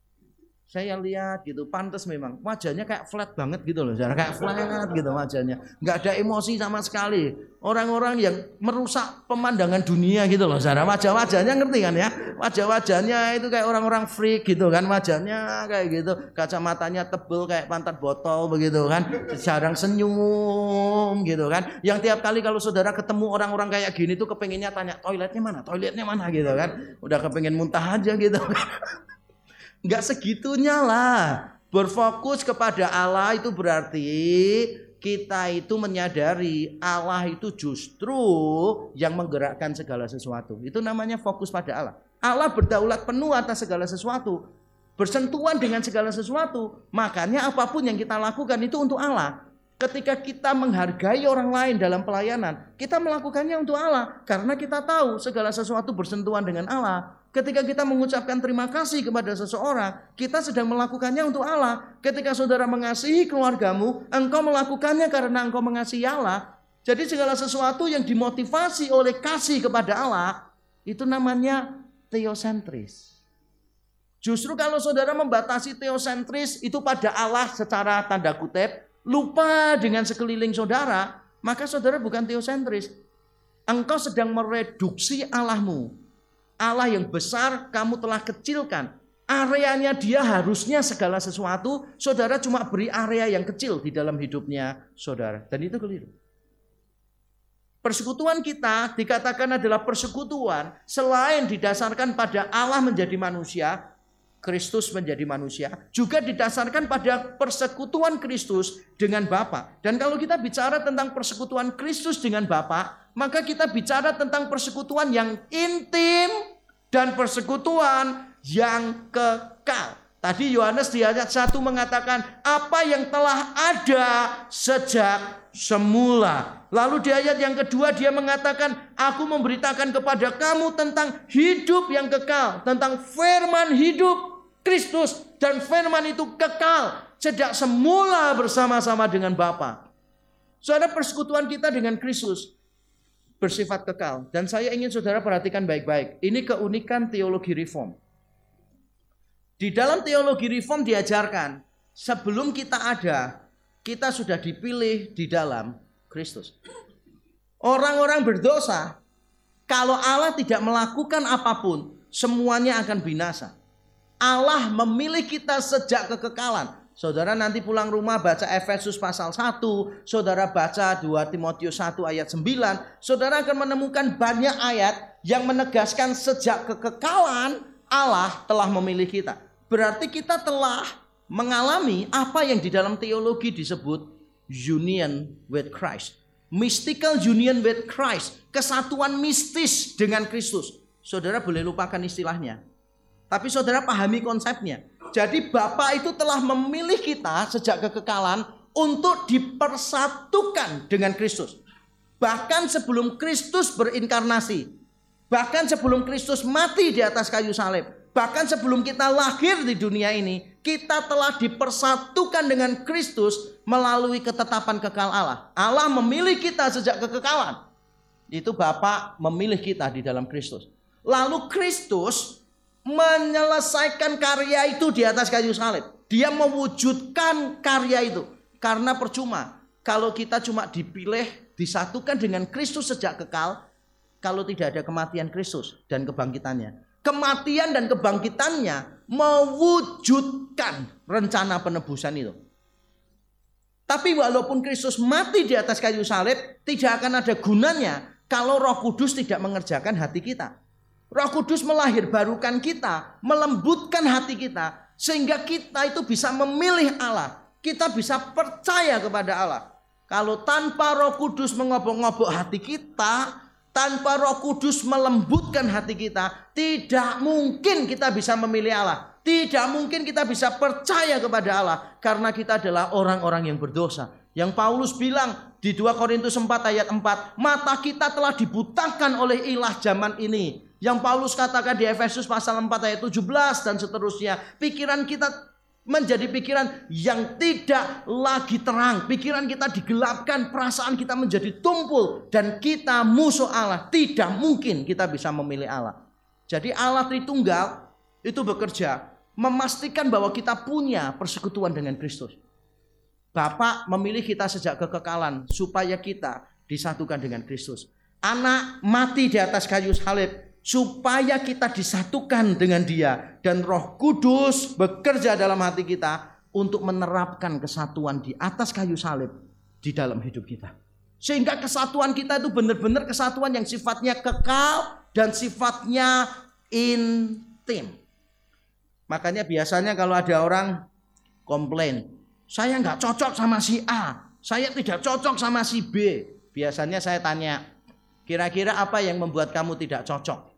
saya lihat gitu, pantas memang wajahnya kayak flat banget gitu loh, kayak flat gitu wajahnya, nggak ada emosi sama sekali. Orang-orang yang merusak pemandangan dunia gitu loh, saudara. Wajah-wajahnya ngerti kan ya? Wajah-wajahnya itu kayak orang-orang freak gitu kan, wajahnya kayak gitu, kacamatanya tebel kayak pantat botol begitu kan, jarang senyum gitu kan. Yang tiap kali kalau saudara ketemu orang-orang kayak gini tuh kepengennya tanya toiletnya mana, toiletnya mana gitu kan, udah kepengen muntah aja gitu. Enggak segitunya lah. Berfokus kepada Allah itu berarti kita itu menyadari Allah itu justru yang menggerakkan segala sesuatu. Itu namanya fokus pada Allah. Allah berdaulat penuh atas segala sesuatu, bersentuhan dengan segala sesuatu. Makanya apapun yang kita lakukan itu untuk Allah. Ketika kita menghargai orang lain dalam pelayanan, kita melakukannya untuk Allah. Karena kita tahu segala sesuatu bersentuhan dengan Allah. Ketika kita mengucapkan terima kasih kepada seseorang, kita sedang melakukannya untuk Allah. Ketika saudara mengasihi keluargamu, engkau melakukannya karena engkau mengasihi Allah. Jadi segala sesuatu yang dimotivasi oleh kasih kepada Allah, itu namanya teosentris. Justru kalau saudara membatasi teosentris itu pada Allah secara tanda kutip, lupa dengan sekeliling saudara, maka saudara bukan teosentris. Engkau sedang mereduksi Allahmu. Allah yang besar kamu telah kecilkan. Areanya dia harusnya segala sesuatu, saudara cuma beri area yang kecil di dalam hidupnya saudara. Dan itu keliru. Persekutuan kita dikatakan adalah persekutuan selain didasarkan pada Allah menjadi manusia, Kristus menjadi manusia, juga didasarkan pada persekutuan Kristus dengan Bapa. Dan kalau kita bicara tentang persekutuan Kristus dengan Bapa, maka kita bicara tentang persekutuan yang intim dan persekutuan yang kekal. Tadi Yohanes di ayat satu mengatakan apa yang telah ada sejak semula. Lalu di ayat yang kedua dia mengatakan aku memberitakan kepada kamu tentang hidup yang kekal, tentang firman hidup Kristus, dan firman itu kekal sejak semula bersama-sama dengan Bapa. Saudara, persekutuan kita dengan Kristus bersifat kekal. Dan saya ingin saudara perhatikan baik-baik. Ini keunikan teologi reform. Di dalam teologi reform diajarkan sebelum kita ada, kita sudah dipilih di dalam Kristus. Orang-orang berdosa, kalau Allah tidak melakukan apapun, semuanya akan binasa. Allah memilih kita sejak kekekalan. Saudara nanti pulang rumah baca Efesus pasal satu, saudara baca dua Timotius satu ayat sembilan, saudara akan menemukan banyak ayat yang menegaskan sejak kekekalan Allah telah memilih kita. Berarti kita telah mengalami apa yang di dalam teologi disebut union with Christ. Mystical union with Christ, kesatuan mistis dengan Kristus. Saudara boleh lupakan istilahnya, tapi saudara pahami konsepnya. Jadi Bapa itu telah memilih kita sejak kekekalan untuk dipersatukan dengan Kristus. Bahkan sebelum Kristus berinkarnasi, bahkan sebelum Kristus mati di atas kayu salib, bahkan sebelum kita lahir di dunia ini, kita telah dipersatukan dengan Kristus melalui ketetapan kekal Allah. Allah memilih kita sejak kekekalan. Itu Bapa memilih kita di dalam Kristus. Lalu Kristus menyelesaikan karya itu di atas kayu salib. Dia mewujudkan karya itu. Karena percuma kalau kita cuma dipilih, disatukan dengan Kristus sejak kekal, kalau tidak ada kematian Kristus dan kebangkitannya. Kematian dan kebangkitannya mewujudkan rencana penebusan itu. Tapi walaupun Kristus mati di atas kayu salib, tidak akan ada gunanya kalau Roh Kudus tidak mengerjakan hati kita. Roh Kudus melahirbarukan kita, melembutkan hati kita, sehingga kita itu bisa memilih Allah. Kita bisa percaya kepada Allah. Kalau tanpa Roh Kudus mengobok-ngobok hati kita, tanpa Roh Kudus melembutkan hati kita, tidak mungkin kita bisa memilih Allah. Tidak mungkin kita bisa percaya kepada Allah, karena kita adalah orang-orang yang berdosa. Yang Paulus bilang di dua Korintus empat ayat empat, mata kita telah dibutakan oleh ilah zaman ini. Yang Paulus katakan di Efesus pasal empat ayat tujuh belas dan seterusnya. Pikiran kita menjadi pikiran yang tidak lagi terang. Pikiran kita digelapkan, perasaan kita menjadi tumpul. Dan kita musuh Allah. Tidak mungkin kita bisa memilih Allah. Jadi Allah Tritunggal itu bekerja memastikan bahwa kita punya persekutuan dengan Kristus. Bapa memilih kita sejak kekekalan supaya kita disatukan dengan Kristus. Anak mati di atas kayu salib supaya kita disatukan dengan Dia. Dan Roh Kudus bekerja dalam hati kita untuk menerapkan kesatuan di atas kayu salib di dalam hidup kita. Sehingga kesatuan kita itu benar-benar kesatuan yang sifatnya kekal dan sifatnya intim. Makanya biasanya kalau ada orang komplain, saya nggak cocok sama si A, saya tidak cocok sama si B. Biasanya saya tanya, kira-kira apa yang membuat kamu tidak cocok?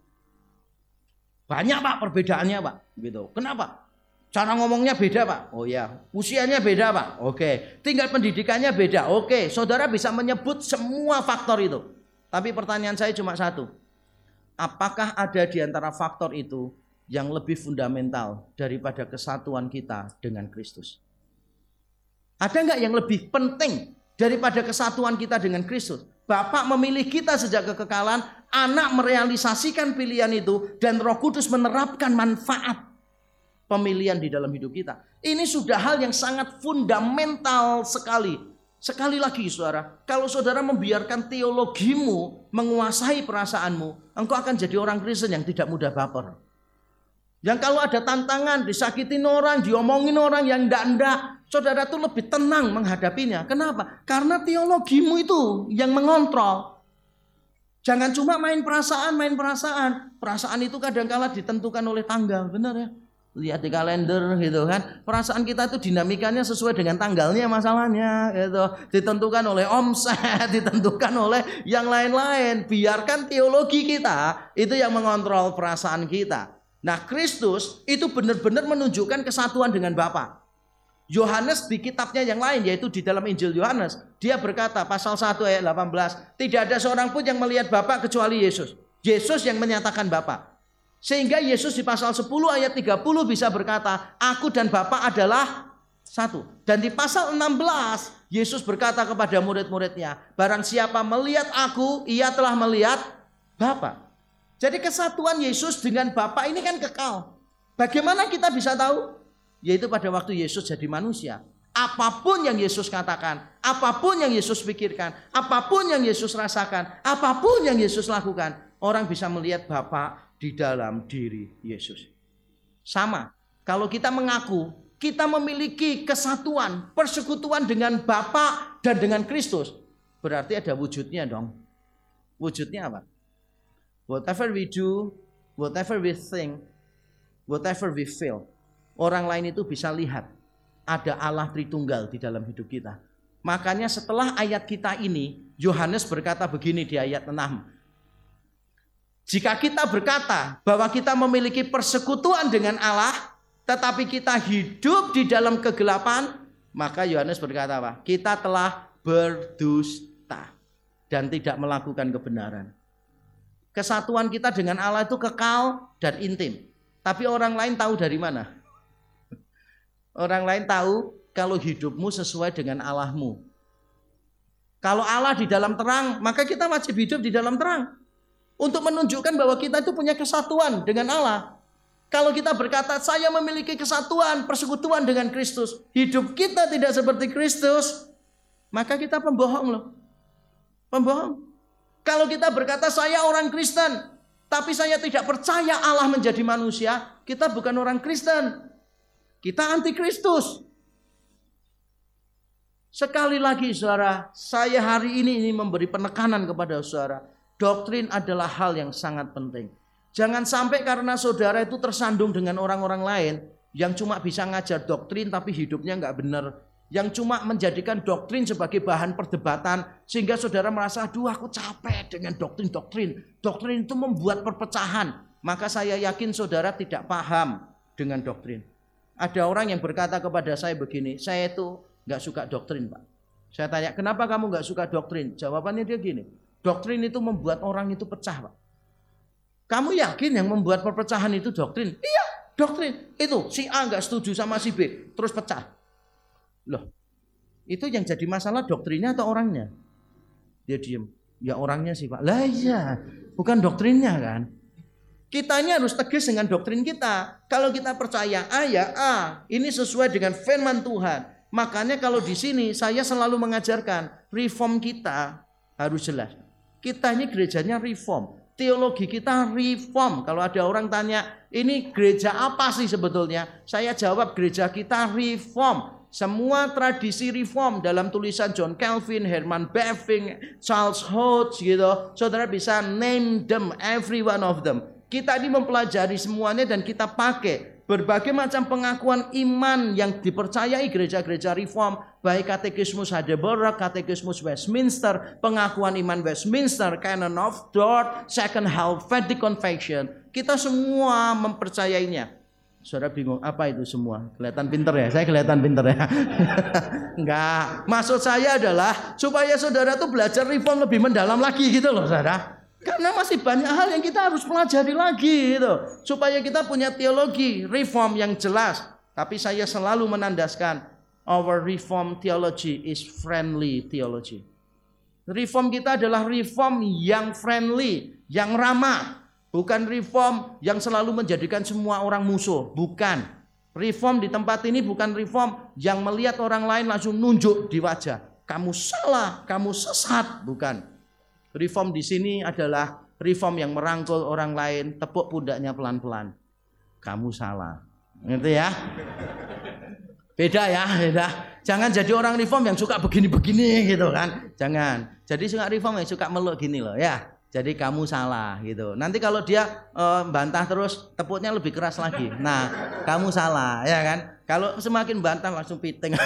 Banyak Pak perbedaannya Pak. Gitu. Kenapa? Cara ngomongnya beda Pak. Oh ya, usianya beda Pak. Oke. Tinggal pendidikannya beda. Oke. Saudara bisa menyebut semua faktor itu. Tapi pertanyaan saya cuma satu. Apakah ada di antara faktor itu yang lebih fundamental daripada kesatuan kita dengan Kristus? Ada nggak yang lebih penting daripada kesatuan kita dengan Kristus? Bapak memilih kita sejak kekekalan, anak merealisasikan pilihan itu, dan Roh Kudus menerapkan manfaat pemilihan di dalam hidup kita. Ini sudah hal yang sangat fundamental sekali. Sekali lagi saudara, kalau saudara membiarkan teologimu menguasai perasaanmu, engkau akan jadi orang Kristen yang tidak mudah baper. Yang kalau ada tantangan, disakitin orang, diomongin orang yang enggak-enggak, saudara tuh lebih tenang menghadapinya. Kenapa? Karena teologimu itu yang mengontrol. Jangan cuma main perasaan, main perasaan. Perasaan itu kadang-kala ditentukan oleh tanggal, benar ya? Lihat di kalender gitu kan. Perasaan kita itu dinamikanya sesuai dengan tanggalnya masalahnya gitu. Ditentukan oleh omset, ditentukan oleh yang lain-lain. Biarkan teologi kita itu yang mengontrol perasaan kita. Nah, Kristus itu benar-benar menunjukkan kesatuan dengan Bapa. Yohanes di kitabnya yang lain, yaitu di dalam Injil Yohanes, dia berkata pasal satu ayat delapan belas, tidak ada seorang pun yang melihat Bapa kecuali Yesus. Yesus yang menyatakan Bapa. Sehingga Yesus di pasal sepuluh ayat tiga puluh bisa berkata, aku dan Bapa adalah satu. Dan di pasal enam belas, Yesus berkata kepada murid-muridnya, barang siapa melihat aku, ia telah melihat Bapa. Jadi kesatuan Yesus dengan Bapa ini kan kekal. Bagaimana kita bisa tahu? Yaitu pada waktu Yesus jadi manusia. Apapun yang Yesus katakan, apapun yang Yesus pikirkan, apapun yang Yesus rasakan, apapun yang Yesus lakukan, orang bisa melihat Bapa di dalam diri Yesus. Sama, kalau kita mengaku kita memiliki kesatuan, persekutuan dengan Bapa dan dengan Kristus, berarti ada wujudnya dong. Wujudnya apa? Whatever we do, whatever we think, whatever we feel, orang lain itu bisa lihat ada Allah Tritunggal di dalam hidup kita. Makanya setelah ayat kita ini, Yohanes berkata begini di ayat enam. Jika kita berkata bahwa kita memiliki persekutuan dengan Allah, tetapi kita hidup di dalam kegelapan, maka Yohanes berkata apa? Kita telah berdusta dan tidak melakukan kebenaran. Kesatuan kita dengan Allah itu kekal dan intim. Tapi orang lain tahu dari mana? Orang lain tahu kalau hidupmu sesuai dengan Allahmu. Kalau Allah di dalam terang, maka kita wajib hidup di dalam terang. Untuk menunjukkan bahwa kita itu punya kesatuan dengan Allah. Kalau kita berkata, saya memiliki kesatuan, persekutuan dengan Kristus. Hidup kita tidak seperti Kristus, maka kita pembohong loh. Pembohong. Kalau kita berkata saya orang Kristen, tapi saya tidak percaya Allah menjadi manusia, kita bukan orang Kristen. Kita anti Kristus. Sekali lagi saudara, saya hari ini ini memberi penekanan kepada saudara. Doktrin adalah hal yang sangat penting. Jangan sampai karena saudara itu tersandung dengan orang-orang lain yang cuma bisa ngajar doktrin tapi hidupnya nggak benar, yang cuma menjadikan doktrin sebagai bahan perdebatan sehingga saudara merasa, aduh aku capek dengan doktrin-doktrin. Doktrin itu membuat perpecahan. Maka saya yakin saudara tidak paham dengan doktrin. Ada orang yang berkata kepada saya begini, saya itu nggak suka doktrin Pak. Saya tanya, kenapa kamu nggak suka doktrin? Jawabannya dia gini, doktrin itu membuat orang itu pecah Pak. Kamu yakin yang membuat perpecahan itu doktrin? Iya, doktrin. Itu si A nggak setuju sama si B, terus pecah. Loh, itu yang jadi masalah doktrinnya atau orangnya? Dia diem. Ya orangnya sih Pak. Lah iya, bukan doktrinnya kan. Kita ini harus tegas dengan doktrin kita. Kalau kita percaya A ya A, ini sesuai dengan firman Tuhan. Makanya kalau di sini saya selalu mengajarkan reform kita harus jelas. Kita ini gerejanya reform. Teologi kita reform. Kalau ada orang tanya, ini gereja apa sih sebetulnya? Saya jawab, gereja kita reform. Semua tradisi reform dalam tulisan John Calvin, Herman Bavinck, Charles Hodge gitu. Saudara bisa name them, every one of them. Kita ini mempelajari semuanya dan kita pakai. Berbagai macam pengakuan iman yang dipercayai gereja-gereja reform, baik katekismus Heidelberg, katekismus Westminster, pengakuan iman Westminster, Canon of Dort, Second Helvetic Confession, kita semua mempercayainya. Saudara bingung, apa itu semua? Kelihatan pinter ya? Saya kelihatan pinter ya? Enggak, maksud saya adalah supaya saudara tuh belajar reform lebih mendalam lagi gitu loh saudara. Karena masih banyak hal yang kita harus pelajari lagi gitu. Supaya kita punya teologi reform yang jelas. Tapi saya selalu menandaskan, our reform theology is friendly theology. Reform kita adalah reform yang friendly, yang ramah. Bukan reform yang selalu menjadikan semua orang musuh. Bukan. Reform di tempat ini bukan reform yang melihat orang lain langsung nunjuk di wajah. Kamu salah, kamu sesat. Bukan. Reform di sini adalah reform yang merangkul orang lain, tepuk pundaknya pelan-pelan. Kamu salah. Ngerti ya? Beda ya, beda. Jangan jadi orang reform yang suka begini-begini gitu kan. Jangan. Jadi suka reform yang suka meluk gini loh ya. Jadi kamu salah gitu. Nanti kalau dia e, bantah terus, tepuknya lebih keras lagi. Nah, kamu salah ya kan. Kalau semakin bantah langsung piting.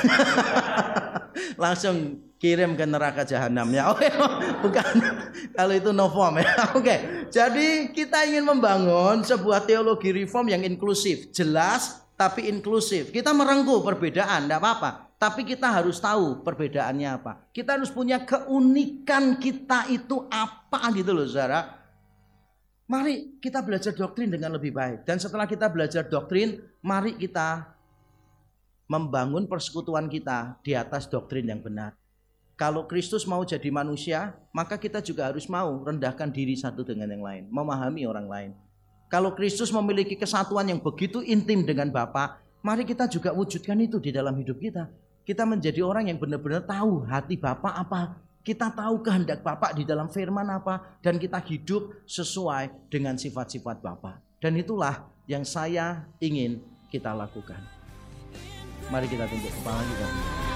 Langsung kirim ke neraka jahanam ya. Oke, bukan. Kalau itu no form ya. Oke. Jadi kita ingin membangun sebuah teologi reform yang inklusif, jelas tapi inklusif. Kita merengkuh perbedaan, enggak apa-apa. Tapi kita harus tahu perbedaannya apa. Kita harus punya keunikan kita itu apa gitu loh saudara. Mari kita belajar doktrin dengan lebih baik. Dan setelah kita belajar doktrin, mari kita membangun persekutuan kita di atas doktrin yang benar. Kalau Kristus mau jadi manusia, maka kita juga harus mau rendahkan diri satu dengan yang lain, memahami orang lain. Kalau Kristus memiliki kesatuan yang begitu intim dengan Bapa, mari kita juga wujudkan itu di dalam hidup kita. Kita menjadi orang yang benar-benar tahu hati Bapa apa. Kita tahu kehendak Bapa di dalam firman apa. Dan kita hidup sesuai dengan sifat-sifat Bapa. Dan itulah yang saya ingin kita lakukan. Mari kita tunduk kepala kita.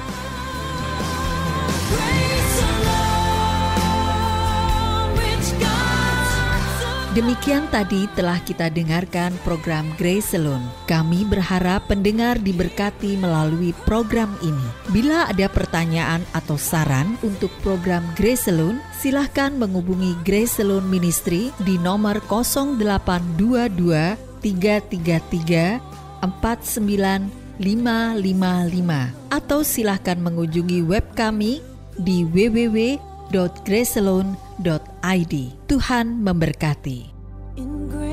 Demikian tadi telah kita dengarkan program Grace Alone. Kami berharap pendengar diberkati melalui program ini. Bila ada pertanyaan atau saran untuk program Grace Alone, silahkan menghubungi Grace Alone Ministry di nomor nol delapan dua dua tiga tiga tiga empat sembilan lima lima lima atau silahkan mengunjungi web kami di w w w titik grace alone titik i d. Tuhan memberkati.